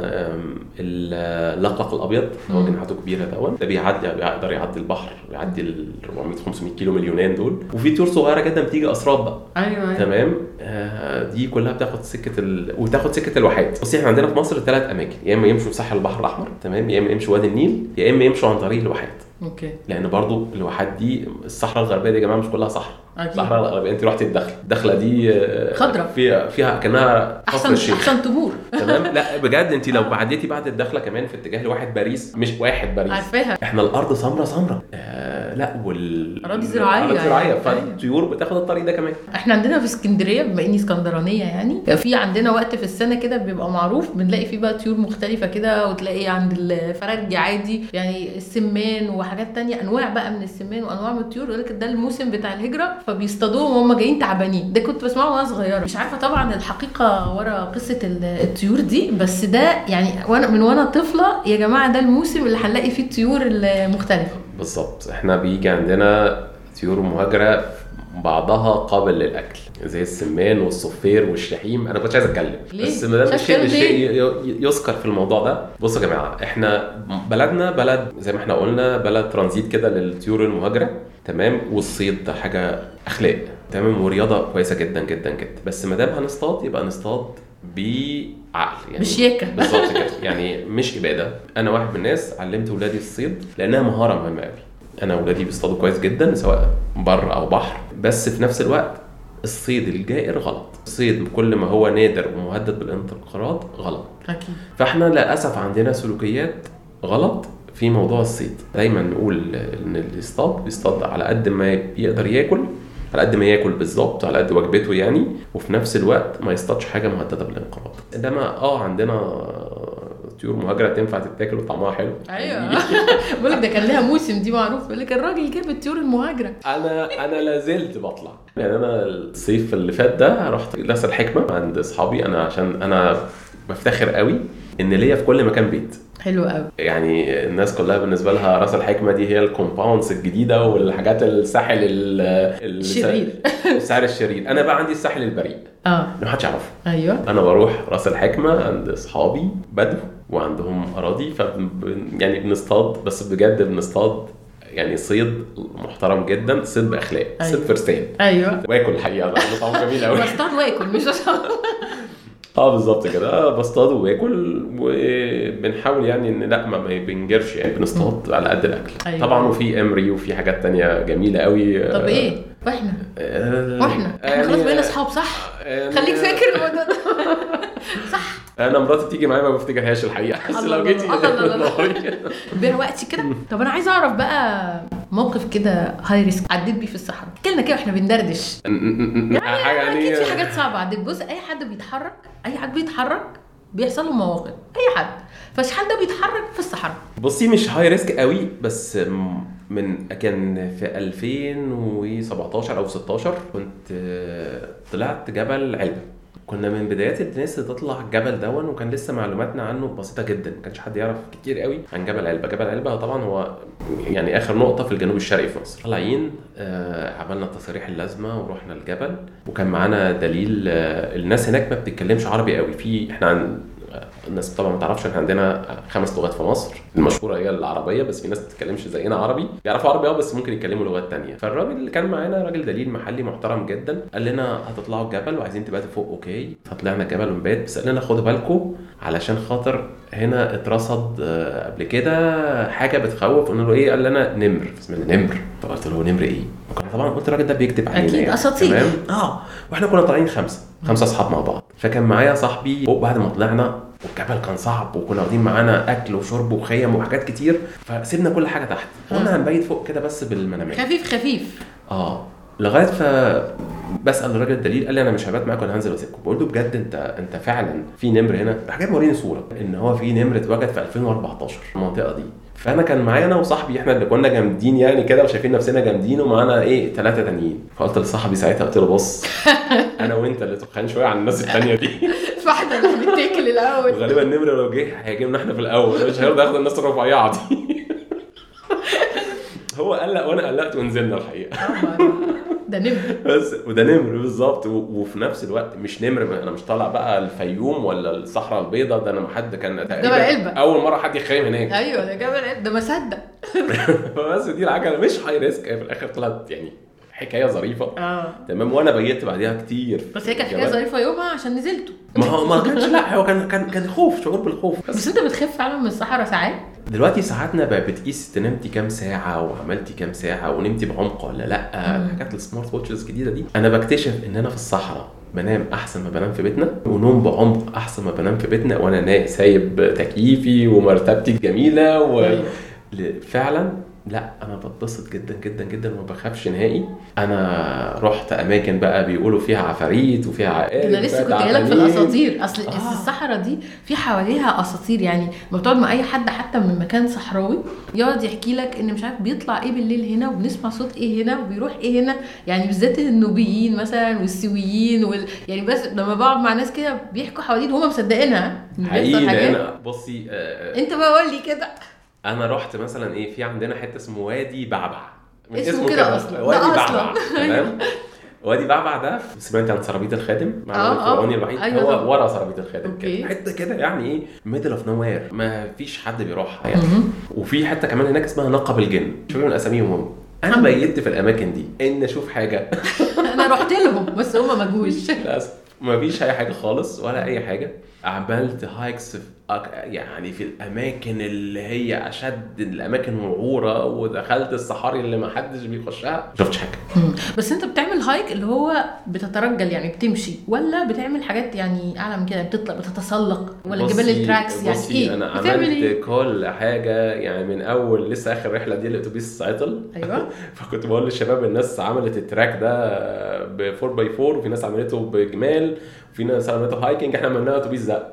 اللقلق الابيض هو جناحاته كبيره دوت. ده بيعدي بيقدر يعدي البحر يعدي ال أربعمية خمسمية كيلو مليونين دول. وفي طيور صغيره جدا بتيجي اسراب بقى. ايوه, أيوة. تمام. آه دي كلها بتاخد سكه ال... وتاخد سكه الواحات. بصي احنا عندنا في مصر ثلاث اماكن يا اما يمشوا ساحل البحر الاحمر تمام يا اما يمشوا وادي النيل يا اما يمشوا عن طريق الواحات. اوكي. لان برضو الواحات دي الصحراء الغربيه دي يا جماعه مش كلها صحراء. الصحراء الغربيه انت رحتي الدخله الدخله دي خضراء فيها فيها كانها احسن احسن تبور. تمام. لا بجد انت لو بعديتي بعد الدخله كمان في اتجاه لواحد باريس مش واحد باريس عارفاها. احنا الارض سمراء سمراء. آه لا وال اراضي زراعيه اراضي زراعيه فالطيور بتاخد الطريق ده كمان. احنا عندنا في اسكندريه بما اني اسكندرانيه يعني في عندنا وقت في السنه كده بيبقى معروف بنلاقي فيه بقى طيور مختلفه كده وتلاقي عند الفرارجي عادي يعني السمان وحاجات تانية انواع بقى من السمان وانواع من الطيور يقول لك ده الموسم بتاع الهجره فبيصطادوهم وهم جايين تعبانين. ده كنت بسمعه وانا صغيره مش عارفه طبعا الحقيقه ورا قصه الطيور دي بس ده يعني وانا من وانا طفله يا جماعه ده الموسم اللي هنلاقي فيه الطيور المختلفه. بالظبط. احنا بيجي عندنا طيور مهاجره بعضها قابل للاكل زي السمان والصفير والشحيم. انا كنت عايز اتكلم بس ما دام الشيء الشيء يذكر في الموضوع ده. بصوا يا جماعه احنا بلدنا بلد زي ما احنا قلنا بلد ترانزيت كده للطيور المهاجره تمام. والصيد ده حاجه اخلاق تمام ورياضه كويسه جدا جدا جدا. بس ما دام هنصطاد يبقى نصطاد بعقل يعني بشياكه. بالظبط كده يعني مش اباده. انا واحد من الناس علمت ولادي الصيد لانها مهاره مهمه قوي. انا ولادي بيصطادوا كويس جدا سواء بر او بحر بس في نفس الوقت الصيد الجائر غلط. الصيد كل ما هو نادر ومهدد بالانقراض غلط. أكيد. فاحنا للاسف عندنا سلوكيات غلط في موضوع الصيد. دايما نقول ان اللي يصطاد بيصطاد على قد ما يقدر ياكل على قد ما ياكل بالظبط على قد وجبته يعني وفي نفس الوقت ما يصطادش حاجه مهدده بالانقراض. انما اه عندنا طيور مهاجره تنفع تتاكل وطعمها حلو. ايوه بقول لك ده كان لها موسم دي معروف. بقول لك الراجل جاب الطيور المهاجره. انا انا لا زلت بطلع يعني. انا الصيف اللي فات ده رحت راس الحكمه عند اصحابي انا عشان انا بفتخر قوي ان ليا في كل مكان بيت. حلو قوي. يعني الناس كلها بالنسبه لها راس الحكمه دي هي الكومباوندز الجديده والحاجات الساحل الشرير الساحل الشرير. انا بقى عندي الساحل البريء اه ما حدش يعرفه. ايوه. انا بروح راس الحكمه عند اصحابي بدو وعندهم اراضي ف يعني بنصطاد بس بجد بنصطاد يعني صيد محترم جدا. صيد باخلاق. أيوة. صيد فرسان. ايوه واكل الحقيقه ده طعمه جميل قوي. بصطاد واكل مش اه بالظبط كده، بصطاد وباكل وبنحاول يعني ان لا ما بنجرش يعني، بنصطاد على قد الاكل. أيوة. طبعا وفي امري وفي حاجات تانية جميله قوي. طب ايه واحنا آه واحنا احنا يعني خلاص بقينا اصحاب صح؟ يعني خليك فاكر الموضوع ده. صح. انا مراتي تيجي معايا ما بفتكرهاش الحقيقه، بس لو جيتي بيها وقتي كده. طب انا عايزه اعرف بقى موقف كده هاي ريسك عديت بيه في الصحراء، احكي لنا كده واحنا بندردش. يعني اكيد في حاجات صعبه عديت. بص اي حد بيتحرك اي حد بيتحرك بيحصل له مواقف، اي حد. فشحال ده بيتحرك في الصحراء؟ بصي مش هاي ريسك قوي، بس من كان في ألفين وسبعتاشر او ستاشر كنت طلعت جبل علبة. كنا من بدايات الناس تطلع الجبل دون، وكان لسه معلوماتنا عنه بسيطه جدا، ما كانش حد يعرف كتير قوي عن جبل علبة. جبل علبة طبعا هو يعني اخر نقطه في الجنوب الشرقي في مصر. طالعين آه عملنا التصاريح اللازمه ورحنا الجبل، وكان معانا دليل. آه الناس هناك ما بتتكلمش عربي قوي. في احنا عن الناس طبعا ما تعرفش ان عندنا خمس لغات في مصر، المشهوره هي العربيه، بس في ناس ما بتتكلمش زينا عربي، بيعرفوا عربي اه بس ممكن يتكلموا لغات تانية. فالراجل اللي كان معانا راجل دليل محلي محترم جدا، قال لنا هتطلعوا الجبل وعايزين تباتوا فوق. اوكي، فطلعنا الجبل ونبات، بس قال لنا خدوا بالكم علشان خاطر هنا اترصد قبل كده حاجه بتخوف. قلنا له ايه؟ قال لنا نمر. اسمه نمر. فقلت له نمر ايه؟ وكان طبعا قلت الراجل ده بيكتب علينا اكيد يعني. اساطير. تمام. اه واحنا كنا طالعين خمسه خمسه اصحاب مع بعض. فكان معايا صاحبي فوق بعد ما طلعنا، والجبل كان صعب، وكنا واخدين معانا اكل وشرب وخيم وحاجات كتير، فسيبنا كل حاجه تحت. قلنا هنبيت فوق كده بس بالمنامات خفيف خفيف. اه لغايه ف بسال الراجل الدليل، قال لي انا مش هبات معاك ولا هنزل واسيبكم. بقول له بجد انت انت فعلا في نمر هنا؟ حاجات موريني صوره ان هو في نمر اتوجد في ألفين وأربعتاشر في المنطقه دي. فانا كان معايا انا وصاحبي، احنا اللي كنا جامدين يعني كده وشايفين نفسنا جامدين، ومعانا ايه ثلاثه تانيين. فقلت لصاحبي ساعتها، قلت له بص انا وانت اللي تخان شويه عن الناس التانيه دي. فاحنا اللي بنتكل الاول. غالبا النمر لو جه هيجيبنا احنا في الاول، مش هيرضى ياخد الناس الرفيعه دي. هو قلق وانا قلقت ونزلنا الحقيقه. ده نمر بس، وده نمر بالظبط. وفي نفس الوقت مش نمر، انا مش طالع بقى الفيوم ولا الصحراء البيضاء، ده انا ما حد كان تقريبا اول مره حد يخيم هناك. ايوه ده جبل علبة، ده ما صدق. بس دي الحاجه مش هاي ريسك، في الاخر طلعت يعني حكايه ظريفه. اه تمام. وانا بيت بعديها كتير، بس هي كانت حكايه ظريفه يومها عشان نزلتوا. ما هو ما كانش، لا هو كان كان كان خوف، شعور بالخوف. بس, بس انت بتخاف فعلا من الصحراء ساعات؟ دلوقتي ساعاتنا بقى بتقيس نمتي كام ساعه وعملتي كام ساعه ونمتي بعمق ولا لا. الحاجات السمارت ووتشز الجديده دي، انا بكتشف ان انا في الصحراء بنام احسن ما بنام في بيتنا، ونوم بعمق احسن ما بنام في بيتنا، وانا سايب تكييفي ومرتبتي الجميله و... فعلا لا انا بتبسط جدا جدا جدا وما بخافش نهائي. انا رحت اماكن بقى بيقولوا فيها عفاريت وفيها عقارب. انا لسه كنت قايلك في الاساطير. اصل آه. الصحراء دي في حواليها اساطير، يعني ما بتقعد مع اي حد حتى من مكان صحراوي يقعد يحكي لك ان مش عارف بيطلع ايه بالليل هنا، وبنسمع صوت ايه هنا، وبيروح ايه هنا. يعني بالذات النوبيين مثلا والسويين وال... يعني بس لما بقعد مع ناس كده بيحكوا حواديت وهم مصدقينها حقيقي. انا بصي آه انت بقى قول لي كده. انا رحت مثلا ايه، في عندنا حته اسمه وادي بعبع، من اسمه كده اصلا، وادي بعبع. تمام. وادي بعبع ده سمعت عن سرابيط الخادم، معبد الفرعوني الوحيد. أيوة هو ورا سرابيط الخادم كده، حته كده يعني ايه ميدل اوف نو وير، ما فيش حد بيروحها يعني. وفي حته كمان هناك اسمها نقب الجن، شوفوا من اساميهم هم. انا بيت في الاماكن دي ان اشوف حاجه. انا رحت لهم بس هم ما جوش للاسف، ما فيش اي حاجه خالص ولا اي حاجه. عملت هايكس يعني في الاماكن اللي هي اشد الاماكن وعوره، ودخلت الصحاري اللي ما حدش بيخشها، شفتش حاجه. بس انت بتعمل هايك اللي هو بتترجل يعني بتمشي، ولا بتعمل حاجات يعني اعلى من كده، بتطلع بتتسلق، ولا جبال التراكس يعني ايه؟ انا عملت إيه؟ كل حاجه يعني، من اول لسه اخر رحله دي الاتوبيس عطل. ايوه. فكنت بقول للشباب الناس عملت التراك ده ب فور باي فور، وفي ناس عملته بجمال، وفي ناس عملته هايكنج، احنا عملناه اتوبيس زق.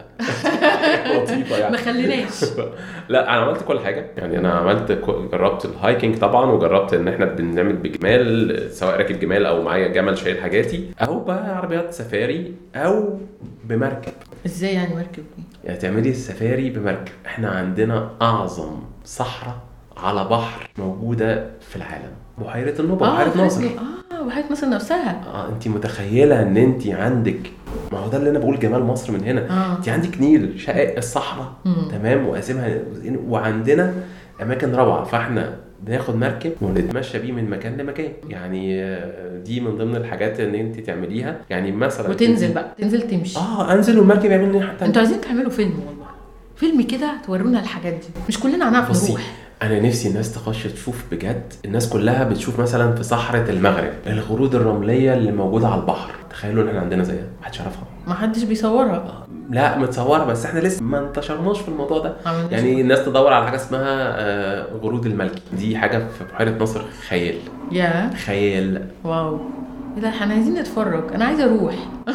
لطيفه يعني، ما خليناش. لا انا عملت كل حاجه يعني. انا عملت جربت الهايكنج طبعا، وجربت ان احنا بنعمل بجمال، سواء راكب جمال او معايا جمل شايل حاجاتي، او بقى عربيات سفاري او بمركب. ازاي يعني مركب؟ يعني تعملي السفاري بمركب. احنا عندنا اعظم صحراء على بحر موجوده في العالم، بحيره النوبه. آه بحيره ناصر. اه بحيره ناصر نفسها. اه انت متخيله ان انت عندك، ما هو ده اللي انا بقول جمال مصر من هنا. آه. انت عندك نيل شقائق الصحراء، تمام، وقاسمها، وعندنا اماكن روعه. فاحنا بناخد مركب ونتمشى بيه من مكان لمكان. يعني دي من ضمن الحاجات ان انت تعمليها. يعني مثلا وتنزل بقى تنزل تمشي اه انزل والمركب يعمل لي حتى. انتوا عايزين تعملوا فيلم والله، فيلم كده تورونا الحاجات دي، مش كلنا هنعرف نروح. انا نفسي الناس تخش تشوف بجد. الناس كلها بتشوف مثلا في صحراء المغرب الغرود الرمليه اللي موجوده على البحر، تخيلوا ان احنا عندنا زيها محدش يعرفها، ما حدش بيصورها. لا متصوره بس احنا لسه ما انتشرناش في الموضوع ده. يعني الناس تدور على حاجه اسمها غرود الملكي، دي حاجه في بحيره ناصر. خيال يا خيال واو. ايه ده، احنا عايزين نتفرج، انا عايزه اروح.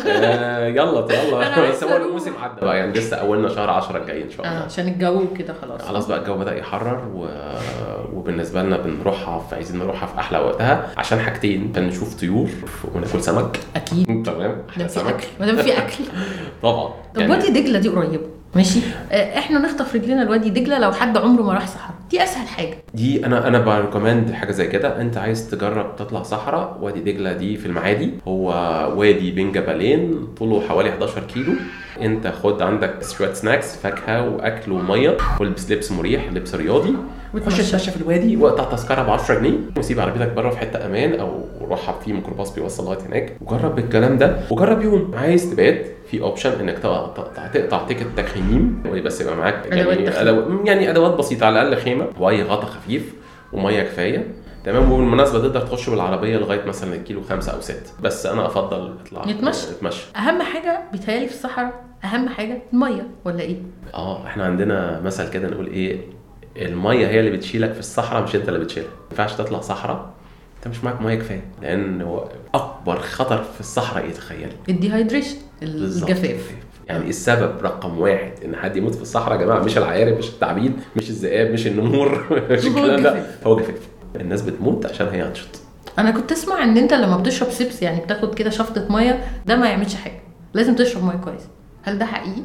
آه يلا يلا بس هو الموسم عدى بقى، يعني لسه اولنا شهر عشرة الجاي ان شاء الله. آه عشان الجو كده خلاص خلاص بقى الجو بدأ يحرر و... وبالنسبه لنا بنروحها في عايزين نروحها في احلى وقتها عشان حاجتين، نشوف طيور وناكل سمك. اكيد تمام. ده في اكل، ما دام في اكل طبعا. طب يعني... وادي دجله دي قريبه ماشي، احنا نخطف رجلنا لوادي دجله لو حد عمره ما راح صحراء، دي اسهل حاجه. دي انا انا بريكومند حاجه زي كده. انت عايز تجرب تطلع صحراء، وادي دجله دي في المعادي، هو وادي بين جبلين طوله حوالي حداشر كيلو. انت خد عندك شويه سناكس، فاكهه واكل وميه، والبس لبس مريح، لبس رياضي، وتخش تتمشى في الوادي، واقطع تذكره ب عشرة جنيه، وسيب عربيتك بره في حته امان او روحها في ميكروباص بيوصل لغايه هناك، وجرب الكلام ده. وجرب يوم عايز تبات في اوبشن انك تقطع تيكت تخييم، بس يبقى معاك يعني أدو... يعني ادوات بسيطه، على الاقل خيمه واي غطا خفيف وميه كفايه. تمام. وبالمناسبه تقدر تخش بالعربيه لغايه مثلا الكيلو خمسة او ستة، بس انا افضل اطلع نتمشى. نتمشى. اهم حاجه بيتهيالي في الصحراء، اهم حاجه الميه ولا ايه؟ اه احنا عندنا مثل كده نقول ايه، الميه هي اللي بتشيلك في الصحراء، مش انت اللي بتشيلها. ما ينفعش تطلع صحراء انت مش معاك ميه كفايه، لان هو اكبر خطر في الصحراء ايه تخيلي؟ الديهايدريشن، الجفاف. يعني السبب رقم واحد ان حد يموت في الصحراء يا جماعه مش العقارب، مش التعابين، مش الذئاب، مش النمور، مش الكلام ده، هو جفاف. الناس بتموت عشان هي هتشط. انا كنت اسمع ان انت لما بتشرب سيبس يعني بتاخد كده شفطه ميه، ده ما يعملش حاجه، لازم تشرب ميه كويس. هل ده حقيقي؟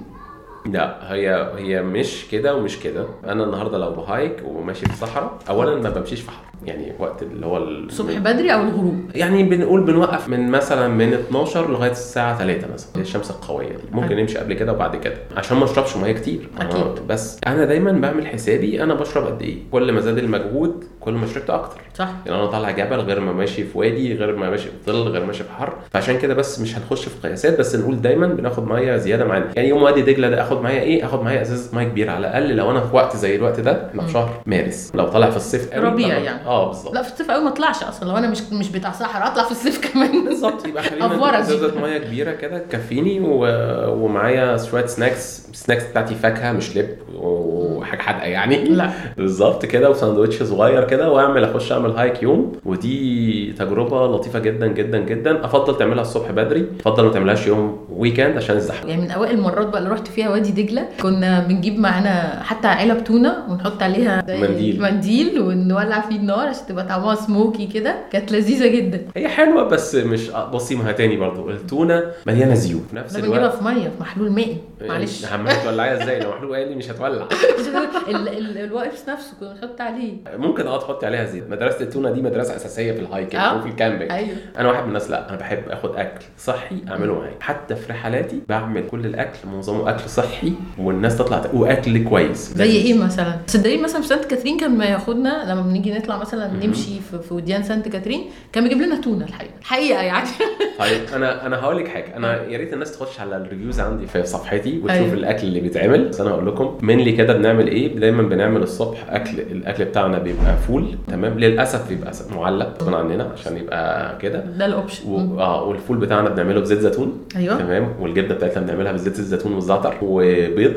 لا هي هي مش كده ومش كده. انا النهارده لو بهايك وماشي في الصحراء، اولا ما بمشيش في حر، يعني وقت اللي هو الصبح بدري او الغروب، يعني بنقول بنوقف من مثلا من اتناشر لغايه الساعه ثلاثة مثلا، الشمس القويه دي ممكن نمشي قبل كده وبعد كده عشان ما اشربش ميه كتير. أكيد. بس انا دايما بعمل حسابي انا بشرب قد ايه، كل ما زاد المجهود كل ما شربت اكتر. صح. يعني انا طالع جبل غير ما ماشي في وادي، غير ما ماشي في ظل، غير ماشي في حر، فعشان كده بس مش هنخش في قياسات، بس نقول دايما بناخد ميه زياده معانا. يعني يوم وادي دجله ده اخد معايا ايه؟ اخد معايا ازازه ميه كبيره على الاقل. لو انا في وقت زي الوقت ده، احنا في شهر مارس، لو طالع في الصيف قوي ربيع يعني. اه بالظبط. لا في الصيف قوي ما اطلعش اصلا، لو انا مش مش بتاع صحراء اطلع في الصيف كمان. بالظبط. يبقى خلينا ازازه ميه كبيره كده تكفيني، و... ومعايا شويه سناكس. السناكس بتاعتي فاكهه مش لب وحاجه حادقه يعني. لا بالظبط كده، وساندوتش صغير كده، واعمل اخش اعمل هايك يوم. ودي تجربه لطيفه جدا جدا جدا. افضل تعملها الصبح بدري، افضل ما تعملهاش يوم ويكند عشان الزحمه. يعني من اوائل المرات بقى اللي رحت فيها وادي دجله، كنا بنجيب معانا حتى علب تونه ونحط عليها منديل منديل ونولع فيه النار عشان تبقى طعمها سموكي كده، كانت لذيذه جدا. هي حلوه بس مش بصي ما تاني برضو التونه مليانه زيوت في نفس الوقت. بنجيبها في ميه في محلول مائي. معلش عمال تولعيها ازاي؟ لو محلول قالي مش هتولع. الواقف نفسه كنا بنحط عليه ممكن اه تحطي عليها زيت. مدرسه التونه دي مدرسه اساسيه في الهايكنج أه؟ وفي الكامبينج. أيوه. انا واحد من الناس لا، انا بحب اخد اكل صحي اعمله معايا. حتى في رحلاتي بعمل كل الاكل معظمه اكل صحي، والناس تطلع واكل كويس. زي ايه مثلا؟ صدقني مثلا في سانت كاترين كان ما ياخدنا لما بنيجي نطلع مثلا نمشي في, في وديان سانت كاترين، كان بيجيب لنا تونه الحقيقه الحقيقه يعني. طيب انا انا هقول لك حاجه، انا يا ريت الناس تخش على الريفيوز عندي في صفحتي وتشوف أيوه. الاكل اللي بيتعمل. بس انا هقول لكم منلي كده بنعمل ايه. دايما بنعمل الصبح اكل، الاكل بتاعنا بيبقى فول. تمام. للاسف بيبقى معلب من عندنا عشان يبقى كده، ده الاوبشن. و... اه والفول بتاعنا بنعمله بزيت زيتون. ايوه تمام. والجبنه بتاعتنا بنعملها بزيت الزيتون والزعتر وبيض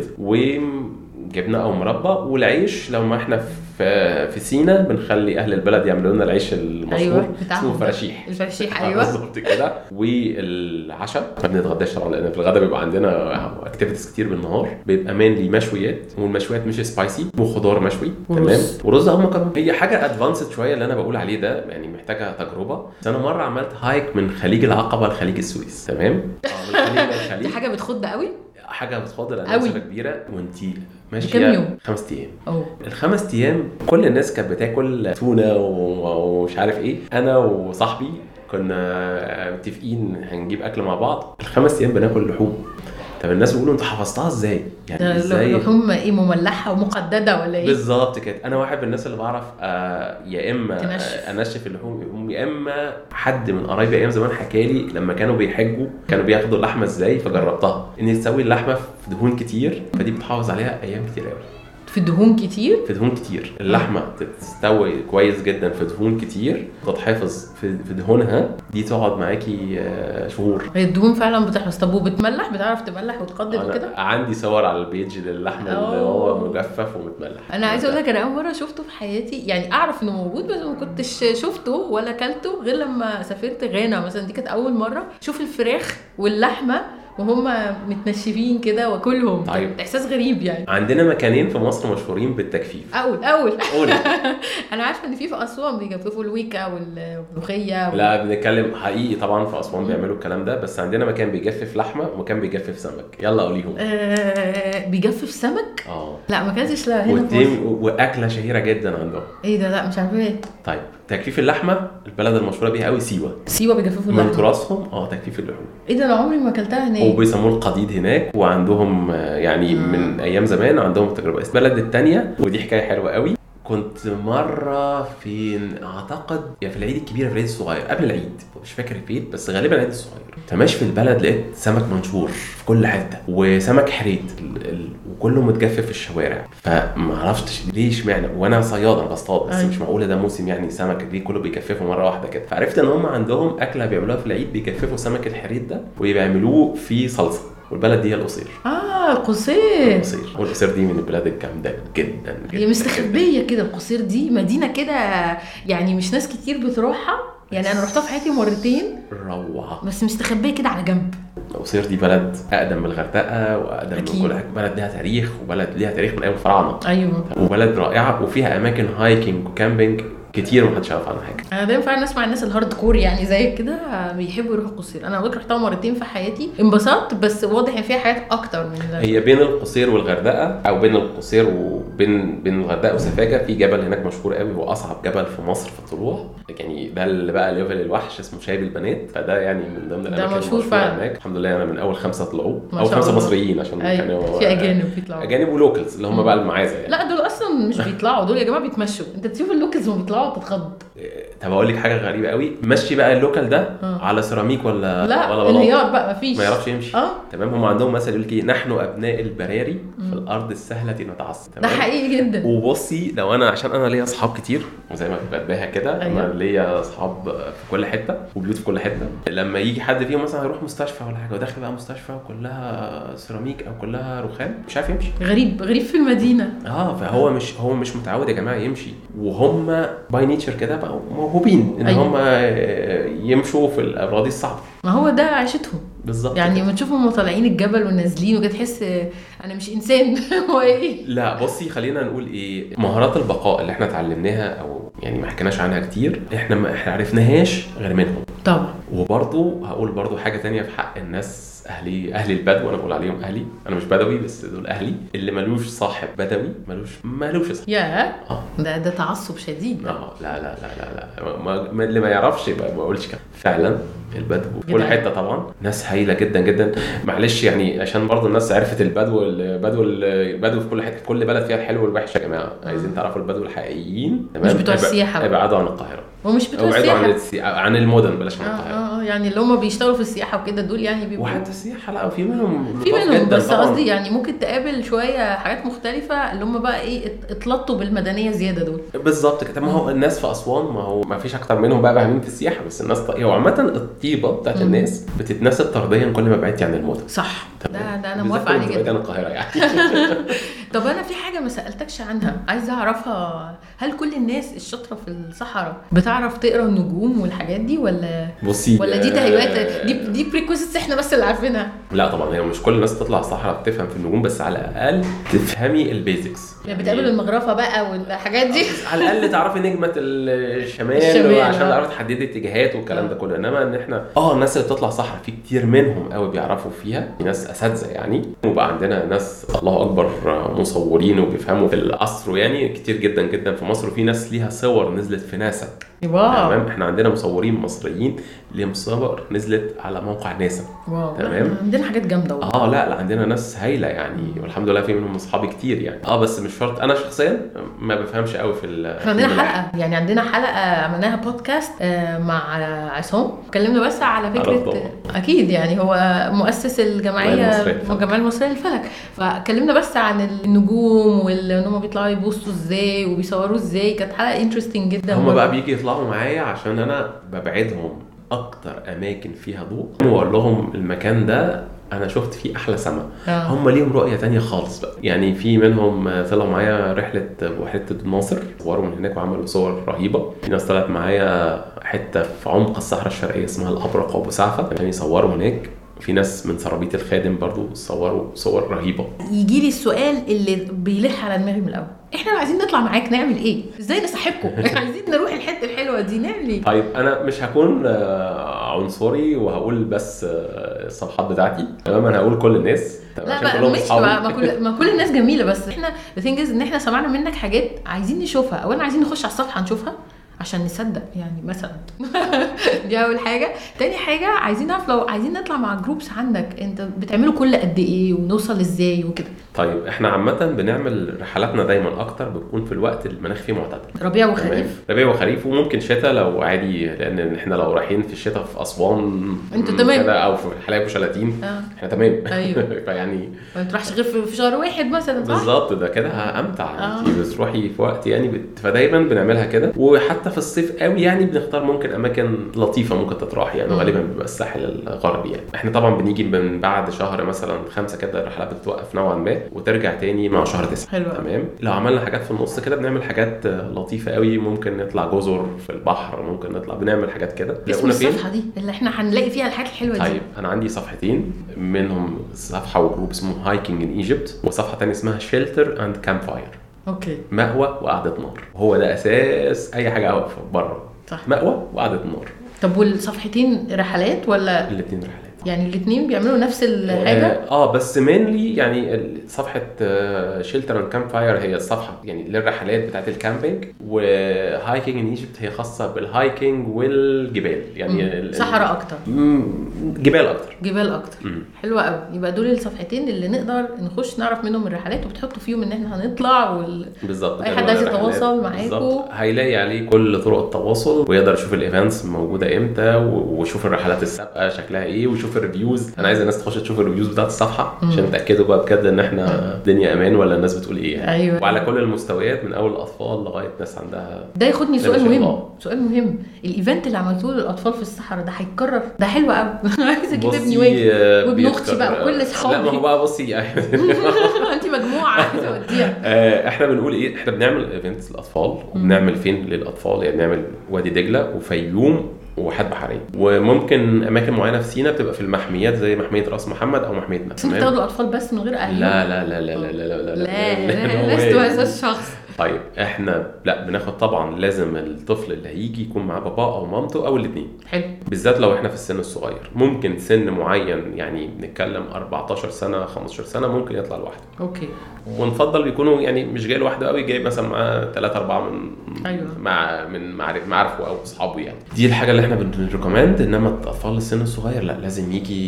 وجبنه او مربى. والعيش لو ما احنا في في سينا بنخلي اهل البلد يعملوا لنا العيش المشهور. أيوة. اسمه فراشيح. الفراشيح ايوه بالظبط كده. والعشاء ما بنتغداش طبعا، لان في الغداء بيبقى عندنا اكتيفيتيز كتير بالنهار. بيبقى مانلي مشويات، والمشويات مش سبايسي، وخضار مشوي. تمام. ورز او مكرونه. هي حاجه ادفانسد شويه اللي انا بقول عليه ده، يعني محتاجه تجربه. بس انا مره عملت هايك من خليج العقبه لخليج السويس. تمام. اه من خليج للخليج. دي حاجه بتخض قوي، حاجه بتفضل انسبه كبيره وانتي ماشيه. كام يوم؟ خمس ايام. أوه. الخمس ايام كل الناس كانت بتاكل تونه ومش عارف ايه. انا وصاحبي كنا متفقين هنجيب اكل مع بعض. الخمس ايام بناكل لحوم. طب الناس بيقولوا انت حفظتها ازاي؟ يعني ازاي لحوم ايه مملحه ومقدده ولا ايه؟ بالظبط كده. انا واحد من الناس اللي بعرف آه يا اما تنشف. انشف اللحوم، يا اما حد من قرايبي ايام زمان حكى لي لما كانوا بيحجوا كانوا بياخدوا اللحمه ازاي، فجربتها ان تسوي اللحمه في دهون كتير، فدي بتحافظ عليها ايام كتير قوي. في دهون كتير في دهون كتير اللحمه تستوي كويس جدا في دهون كتير، تتحفظ في في دهونها دي، تقعد معاكي شهور. هي الدهون فعلا بتحفظ. طب وبتملح؟ بتعرف تملح وتقدد وكده؟ عندي صور على البيج للحمه اللي هو مجفف ومتملح. انا عايزه اقول لك انا اول مره شفته في حياتي، يعني اعرف انه موجود بس ما كنتش شفته ولا اكلته غير لما سافرت غانا مثلا. دي كانت اول مره اشوف الفراخ واللحمه وهم متنشفين كده واكلهم. طيب. احساس غريب يعني. عندنا مكانين في مصر مشهورين بالتجفيف. اول اول انا عارفه ان في في اسوان بيجففوا الويكا والملوخيه و... لا بنتكلم حقيقي طبعا في اسوان بيعملوا الكلام ده، بس عندنا مكان بيجفف لحمه ومكان بيجفف سمك. يلا قوليهم. آه بيجفف سمك؟ اه لا ما كانش لا هنا في مصر. واكله شهيره جدا عندهم. ايه ده؟ لا مش عارفه ايه. طيب تجفيف اللحمه البلد المشهوره بيها قوي سيوه. سيوه بيجففوا اللحمه من تراثهم. اه تجفيف اللحوم. ايه ده؟ انا عمري ما اكلتها هناك. وبيسموه القديد هناك، وعندهم يعني مم. من ايام زمان عندهم التجربه. البلد الثانيه ودي حكايه حلوه قوي، كنت مره فين اعتقد يا في العيد الكبير في العيد الصغير قبل العيد مش فاكر فين، بس غالبا العيد الصغير. تماشي في البلد لقيت سمك منشور في كل حته وسمك حريت وكله متجفف في الشوارع، فما عرفتش ليه اشمعنى، وانا صياد انا بصطاد بس مش معقوله ده موسم يعني سمك ليه كله بيجففه مره واحده كده. فعرفت ان هم عندهم اكله بيعملوها في العيد، بيجففوا سمك الحريت ده ويعملوه في صلصه، والبلد دي هي القصير. اه القصير. القصير والقصير دي من البلاد الجامده جدا, جداً هي مستخبيه كده. القصير دي مدينه كده يعني مش ناس كتير بتروحها، يعني انا رحتها في حياتي مرتين روعه، بس مستخبيه كده على جنب. القصير دي بلد اقدم من الغردقه واقدم أكيد. من كل حاجه، بلد ليها تاريخ وبلد ليها تاريخ من ايام الفراعنه. ايوه وبلد رائعه وفيها اماكن هايكنج وكامبينج كتير ما حدش يعرف عنها حاجه. انا دايما فعلا اسمع الناس الهارد كور يعني زي كده بيحبوا يروحوا القصير. انا قلت رحتها مرتين في حياتي انبسطت، بس واضح ان فيها حاجات اكتر من ده. هي بين القصير والغردقه او بين القصير وبين بين الغردقه وسفاجه في جبل هناك مشهور قوي، هو اصعب جبل في مصر في الطلوع، يعني ده اللي بقى ليفل الوحش اسمه شايب البنات، فده يعني من ضمن الاماكن المشهوره هناك. الحمد لله انا من اول خمسه طلعوا او خمسه مصريين عشان أيوة. كانوا في اجانب بيطلعوا، اجانب ولوكلز اللي هم بقى المعازه يعني. لا دول اصلا مش بيطلعوا، دول يا جماعه بيتمشوا. انت تشوف اللوكلز وهم بيطلعوا تتخض. طب اقول لك حاجه غريبه قوي، مشي بقى اللوكال ده آه. على سيراميك ولا لا ولا انهيار بقى مفيش، ما يعرفش يمشي. اه تمام. هم عندهم مثل يقول لك نحن ابناء البراري في الارض السهله نتعصب. ده حقيقي جدا. وبصي لو انا عشان انا ليا اصحاب كتير وزي ما بتباها كده أيوة. انا ليا اصحاب في كل حته وبيوت في كل حته، لما يجي حد فيهم مثلا يروح مستشفى ولا حاجه وداخل بقى مستشفى كلها سيراميك او كلها رخام مش عارف يمشي. غريب غريب في المدينه. اه فهو مش هو مش متعود يا جماعه يمشي، وهم باي نيتشر كده بقى موهوبين ان أيوة. هم يمشوا في الاراضي الصعبه. ما هو ده عيشتهم بالظبط يعني. لما تشوفهم طالعين الجبل ونازلين وكده تحس انا مش انسان. هو ايه؟ لا بصي خلينا نقول ايه، مهارات البقاء اللي احنا اتعلمناها او يعني ما حكيناش عنها كتير، احنا ما احنا عرفناهاش غير منهم طبعا. وبرضو هقول برضو حاجه تانية في حق الناس اهلي اهلي البدو، انا بقول عليهم اهلي، انا مش بدوي بس دول اهلي، اللي ملوش صاحب بدوي ملوش ملوش صاحب. يا اه ده ده تعصب شديد. اه لا لا لا لا لا ما, ما اللي ما يعرفش يبقى ما اقولش كده. فعلا البدو في كل حته طبعا ناس هايله جدا جدا. معلش يعني عشان برضو الناس عرفت البدو البدو البدو في كل حته في كل بلد فيها الحلو والوحش يا جماعه. عايزين تعرفوا البدو الحقيقيين تمام، مش بتوع السياحه، ابعدوا عن القاهره ومش بتوع السياحه، عن السياحه عن المدن بلاش عن القاهره. اه يعني اللي هم بيشتغلوا في السياحه وكده دول يعني بيبقوا وحتى السياحه لا في منهم في منهم بس قصدي يعني ممكن تقابل شويه حاجات مختلفه اللي هم بقى ايه اتلطوا بالمدنيه زياده دول. بالظبط كده. ما هو الناس في اسوان ما هو ما فيش اكتر منهم بقى فاهمين في السياحه، بس الناس هو عامه الطيبه بتاعت م. الناس بتتناسب طرديا كل ما بعدتي عن المدن. صح ده ده انا موافقه عليه جدا. انا القاهره يعني. طب انا في حاجه ما سالتكش عنها عايزه اعرفها، هل كل الناس الشاطره في الصحراء بتعرف تقرا النجوم والحاجات دي ولا بصي ولا دي تهيؤات دي دي بريكويزيتس احنا بس اللي عارفينها؟ لا طبعا هي مش كل الناس تطلع الصحراء بتفهم في النجوم، بس على الاقل تفهمي البيزكس يعني بتقابل المغرفه بقى والحاجات دي. على الاقل تعرفي نجمه الشمال, الشمال عشان تعرفي تحددي اتجاهات والكلام ده كله. انما ان احنا اه الناس اللي بتطلع صحراء في كتير منهم قوي بيعرفوا فيها، في ناس اساتذه يعني، وبقى عندنا ناس الله اكبر مصورين وبيفهموا في الاسرو يعني كتير جدا جدا في مصر، وفي ناس ليها صور نزلت في ناسا تمام. احنا عندنا مصورين مصريين اللي مصور نزلت على موقع ناسا. واو. تمام. عندنا حاجات جامده اه لا لا عندنا ناس هايله يعني، والحمد لله في منهم اصحابي كتير يعني. اه بس مش شرط، انا شخصيا ما بفهمش قوي في احنا عندنا حلقه يعني عندنا حلقه عملناها بودكاست مع عصام، اتكلمنا بس على فكره اكيد يعني هو مؤسس الجمعيه الجمعيه المصريه للفلك، فاتكلمنا بس عن النجوم وان هم بيطلعوا يبصوا ازاي وبيصوروا ازاي. كانت حلقه انترستنج جدا. هم بقى بيجي يطلعوا معايا عشان انا ببعدهم اكتر اماكن فيها ضوء واقول لهم المكان ده انا شفت فيه احلى سما. آه. هم ليهم رؤيه تانية خالص بقى يعني. في منهم طلعوا معايا رحله بحيره الناصر، صوروا من هناك وعملوا صور رهيبه. في ناس طلعت معايا حته في عمق الصحراء الشرقيه اسمها الابرق وابو سعفه يعني يصوروا هناك. في ناس من سرابيط الخادم برضو صوروا صور رهيبه. يجي لي السؤال اللي بيلح على دماغي من الاول، احنا لو عايزين نطلع معاك نعمل ايه؟ ازاي نصاحبكم؟ عايزين نروح الحته الحلوه دي نعمل ايه؟ طيب انا مش هكون عنصري وهقول بس الصفحات بتاعتي، تمام. انا هقول كل الناس، لا بقى مش ما كل ما كل الناس جميله، بس احنا الثينجز ان احنا سمعنا منك حاجات عايزين نشوفها. اولا عايزين نخش على الصفحه نشوفها عشان نصدق يعني مثلا. دي اول حاجه. تاني حاجه عايزين نعرف لو عايزين نطلع مع جروبس عندك انت بتعملوا كل قد ايه ونوصل ازاي وكده. طيب احنا عامه بنعمل رحلاتنا دايما اكتر بتكون في الوقت المناخ فيه معتدل، ربيع وخريف. ربيع وخريف وممكن شتاء لو عادي، لان احنا لو رايحين في الشتاء في اسوان انتوا تمام او في حلايب وشلاتين آه. احنا تمام. ايوه. فيعني ما تروحش غير في شهر واحد مثلا، صح؟ بالظبط، ده كده امتع. آه. انت بتروحي في وقت يعني بت... فدايما بنعملها كده. وحتى في الصيف قوي يعني بنختار ممكن اماكن لطيفه ممكن تتراح يعني، غالبا بيبقى الساحل الغربي يعني. احنا طبعا بنيجي من بعد شهر مثلا خمسة كده الرحلات بتتوقف نوعا ما وترجع تاني مع شهر تسعة. حلو. تمام. لو عملنا حاجات في النص كده بنعمل حاجات لطيفه قوي، ممكن نطلع جزر في البحر، ممكن نطلع بنعمل حاجات كده. اسم الصفحه دي اللي احنا هنلاقي فيها الحاجات الحلوه دي. طيب انا عندي صفحتين منهم، صفحه وجروب اسمه هايكينج ان ايجيبت، وصفحه ثانيه اسمها شيلتر اند كامب فاير. اوكي. مأوى وقعده نار، هو ده اساس اي حاجه واقفه بره. صح. مأوى وقعده نار. طب والصفحتين رحلات ولا الاثنين رحلات؟ يعني الاثنين بيعملوا نفس الحاجه؟ اه, آه بس مينلي يعني صفحه شيلتر اند كامب فاير هي الصفحه يعني للرحلات بتاعه الكامبينج، وهايكينج ان ايجيبت هي خاصه بالهايكينج والجبال يعني صحراء اكتر، جبال اكتر جبال اكتر. حلوه قوي. يبقى دول الصفحتين اللي نقدر نخش نعرف منهم الرحلات، وبتحطوا فيهم ان احنا هنطلع وال... بالظبط. اي حد عايز يتواصل معاكم هيلاقي عليه كل طرق التواصل، ويقدر يشوف الايفنتس موجوده امتى، ويشوف الرحلات السابقه شكلها ايه، ويشوف الريفيوز. انا عايز الناس تخش تشوف الريفيوز بتاعت الصفحه مم. عشان تاكدوا بقى بجد ان احنا الدنيا امان ولا الناس بتقول ايه يعني. أيوة. وعلى كل المستويات من اول الاطفال لغايه ناس عندها. ده ياخدني سؤال مهم الله. سؤال مهم، الايفنت اللي عملتوه للاطفال في الصحراء ده هيتكرر؟ ده حلو قوي. عايزه اجيب ابني وابن اختي بقى وكل اصحابي. لا ما هو بقى بصي انت مجموعه عايزه اوديها. احنا بنقول ايه، احنا بنعمل ايفنتس للاطفال، وبنعمل فين للاطفال يعني، بنعمل وادي دجله وفيوم وواحات بحريه، وممكن اماكن معينه في سينا بتبقى في المحميات زي محميه راس محمد او محميه مكه. انتوا بتاخدوا الاطفال بس من غير اهاليهم؟ لا لا لا لا لا لا لا لا لست هذا الشخص. طيب احنا لا بناخد طبعا، لازم الطفل اللي هيجي يكون مع باباه او مامته او الاثنين. حلو. بالذات لو احنا في السن الصغير، ممكن سن معين يعني بنتكلم أربعتاشر سنه خمستاشر سنه ممكن يطلع لوحده. اوكي. ونفضل يكونوا يعني مش جاي لوحده قوي، جاي مثلا مع ثلاثة أربعة من أيوة. مع من معارف معارفه او اصحابه يعني. دي الحاجه اللي احنا بنريكومند. انما الاطفال السن الصغير لا، لازم يجي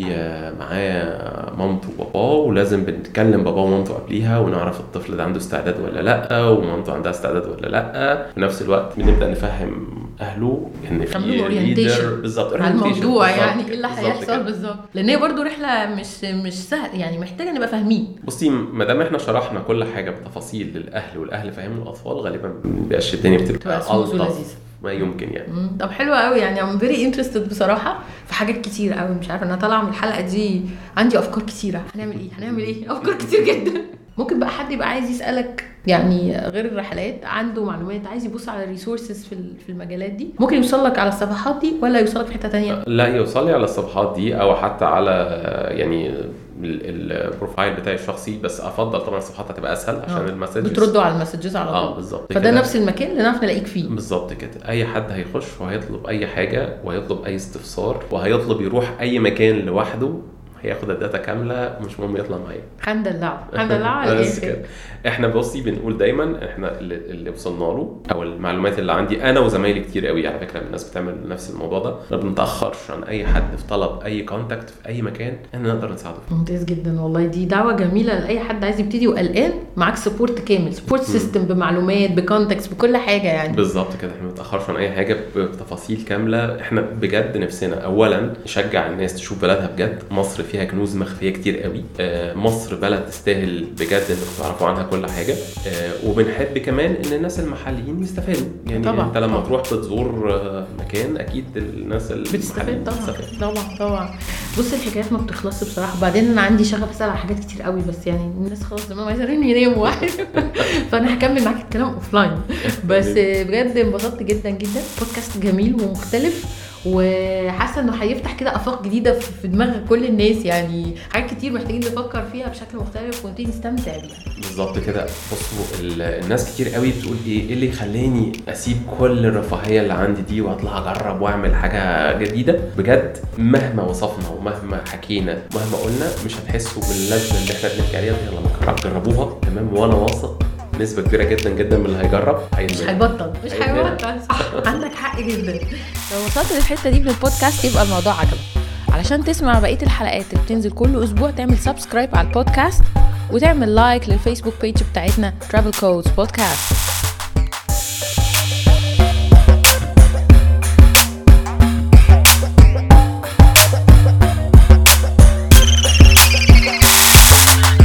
معاه مامته وباباه، ولازم بنتكلم باباه ومامته قبليها ونعرف الطفل ده عنده استعداد ولا لا، ومامته عندها استعداد ولا لا. في نفس الوقت بنبدا نفهم اهله ان في ليدر بالظبط على الموضوع يعني ايه اللي هيحصل بالظبط، لان هي برضو رحله مش مش سهل يعني، محتاجه نبقى فاهمين. بصي ما دام احنا شرحنا كل حاجه بتفاصيل للاهل والاهل فهموا الاطفال، غالبا بيبقاش الدنيا بتبقى الطف ما يمكن يعني. طب حلو قوي يعني. I'm very interested بصراحه في حاجات كتير قوي. مش عارفه انا طالعه من الحلقه دي عندي افكار كتيره. هنعمل ايه هنعمل ايه افكار كتير جدا. ممكن بقى حد يبقى عايز يسالك يعني غير الرحلات، عنده معلومات عايز يبص على الريسورسز في في المجالات دي، ممكن يوصل لك على الصفحات دي ولا يوصل لك في حته تانية؟ لا يوصل لي على الصفحات دي او حتى على يعني البروفايل بتاعي الشخصي، بس افضل طبعا الصفحات هتبقى اسهل عشان آه. المسجز بتردوا على المسجز على طول. اه بالظبط. فده نفس المكان اللي نعرف نلاقيك فيه بالظبط كده. اي حد هيخش وهيطلب اي حاجه وهيطلب اي استفسار وهيطلب يروح اي مكان لوحده هياخد الداتا كامله مش مهم يطلع معايا. هندلعه هندلعه بس كده. احنا بصي بنقول دايما احنا اللي, اللي وصلنا له او المعلومات اللي عندي انا وزمايلي كتير قوي على فكره الناس بتعمل نفس الموضوع ده، ما بنتاخرش عن اي حد في طلب اي كونتاكت في اي مكان ان نقدر نساعده. ممتاز جدا والله، دي دعوه جميله لاي حد عايز يبتدي وقلقان، معاك سبورت كامل، سبورت سيستم بمعلومات بكونتكست بكل حاجه يعني. بالظبط كده، احنا ما بنتاخرش عن اي حاجه بتفاصيل كامله. احنا بجد نفسنا اولا نشجع الناس تشوف بلدها بجد. مصر فيها كنوز مخفيه كتير قوي. مصر بلد تستاهل بجد انكم تعرفوا عنها كل حاجه. وبنحب كمان ان الناس المحليين يستفادوا يعني. طبعا انت لما طبعا. تروح بتزور مكان اكيد الناس اللي بتستفاد طبعا طبعا طبعا. بص الحكايات ما بتخلصش بصراحه، بعدين انا عندي شغف اسال على حاجات كتير قوي، بس يعني الناس خلاص دماغهم عايزه يناموا واحد فانا هكمل معاك الكلام اوفلاين. بس بجد انبسطت جدا جدا، بودكاست جميل ومختلف، وحاسه انه هيفتح كده افاق جديده في دماغ كل الناس يعني. حاجات كتير محتاجين نفكر فيها بشكل مختلف ونبتدي نستمتع بيها. بالظبط كده. بصوا الناس كتير قوي بتقول ايه ايه اللي يخليني اسيب كل الرفاهيه اللي عندي دي واطلع اجرب واعمل حاجه جديده. بجد مهما وصفنا ومهما حكينا ومهما قلنا مش هتحسوا باللذه اللي احنا بنحكي عليها دي لما تجربوها. تمام، وانا واثق نسبة كبيرة جدا جدا من اللي هيجرب مش هيبطل مش هيبطل صح. عندك حق جدا. لو وصلت للحتة دي من البودكاست يبقى الموضوع عجبك. علشان تسمع بقية الحلقات اللي بتنزل كل أسبوع تعمل سبسكرايب على البودكاست وتعمل لايك للفيسبوك بيج بتاعتنا Travel Codes Podcast.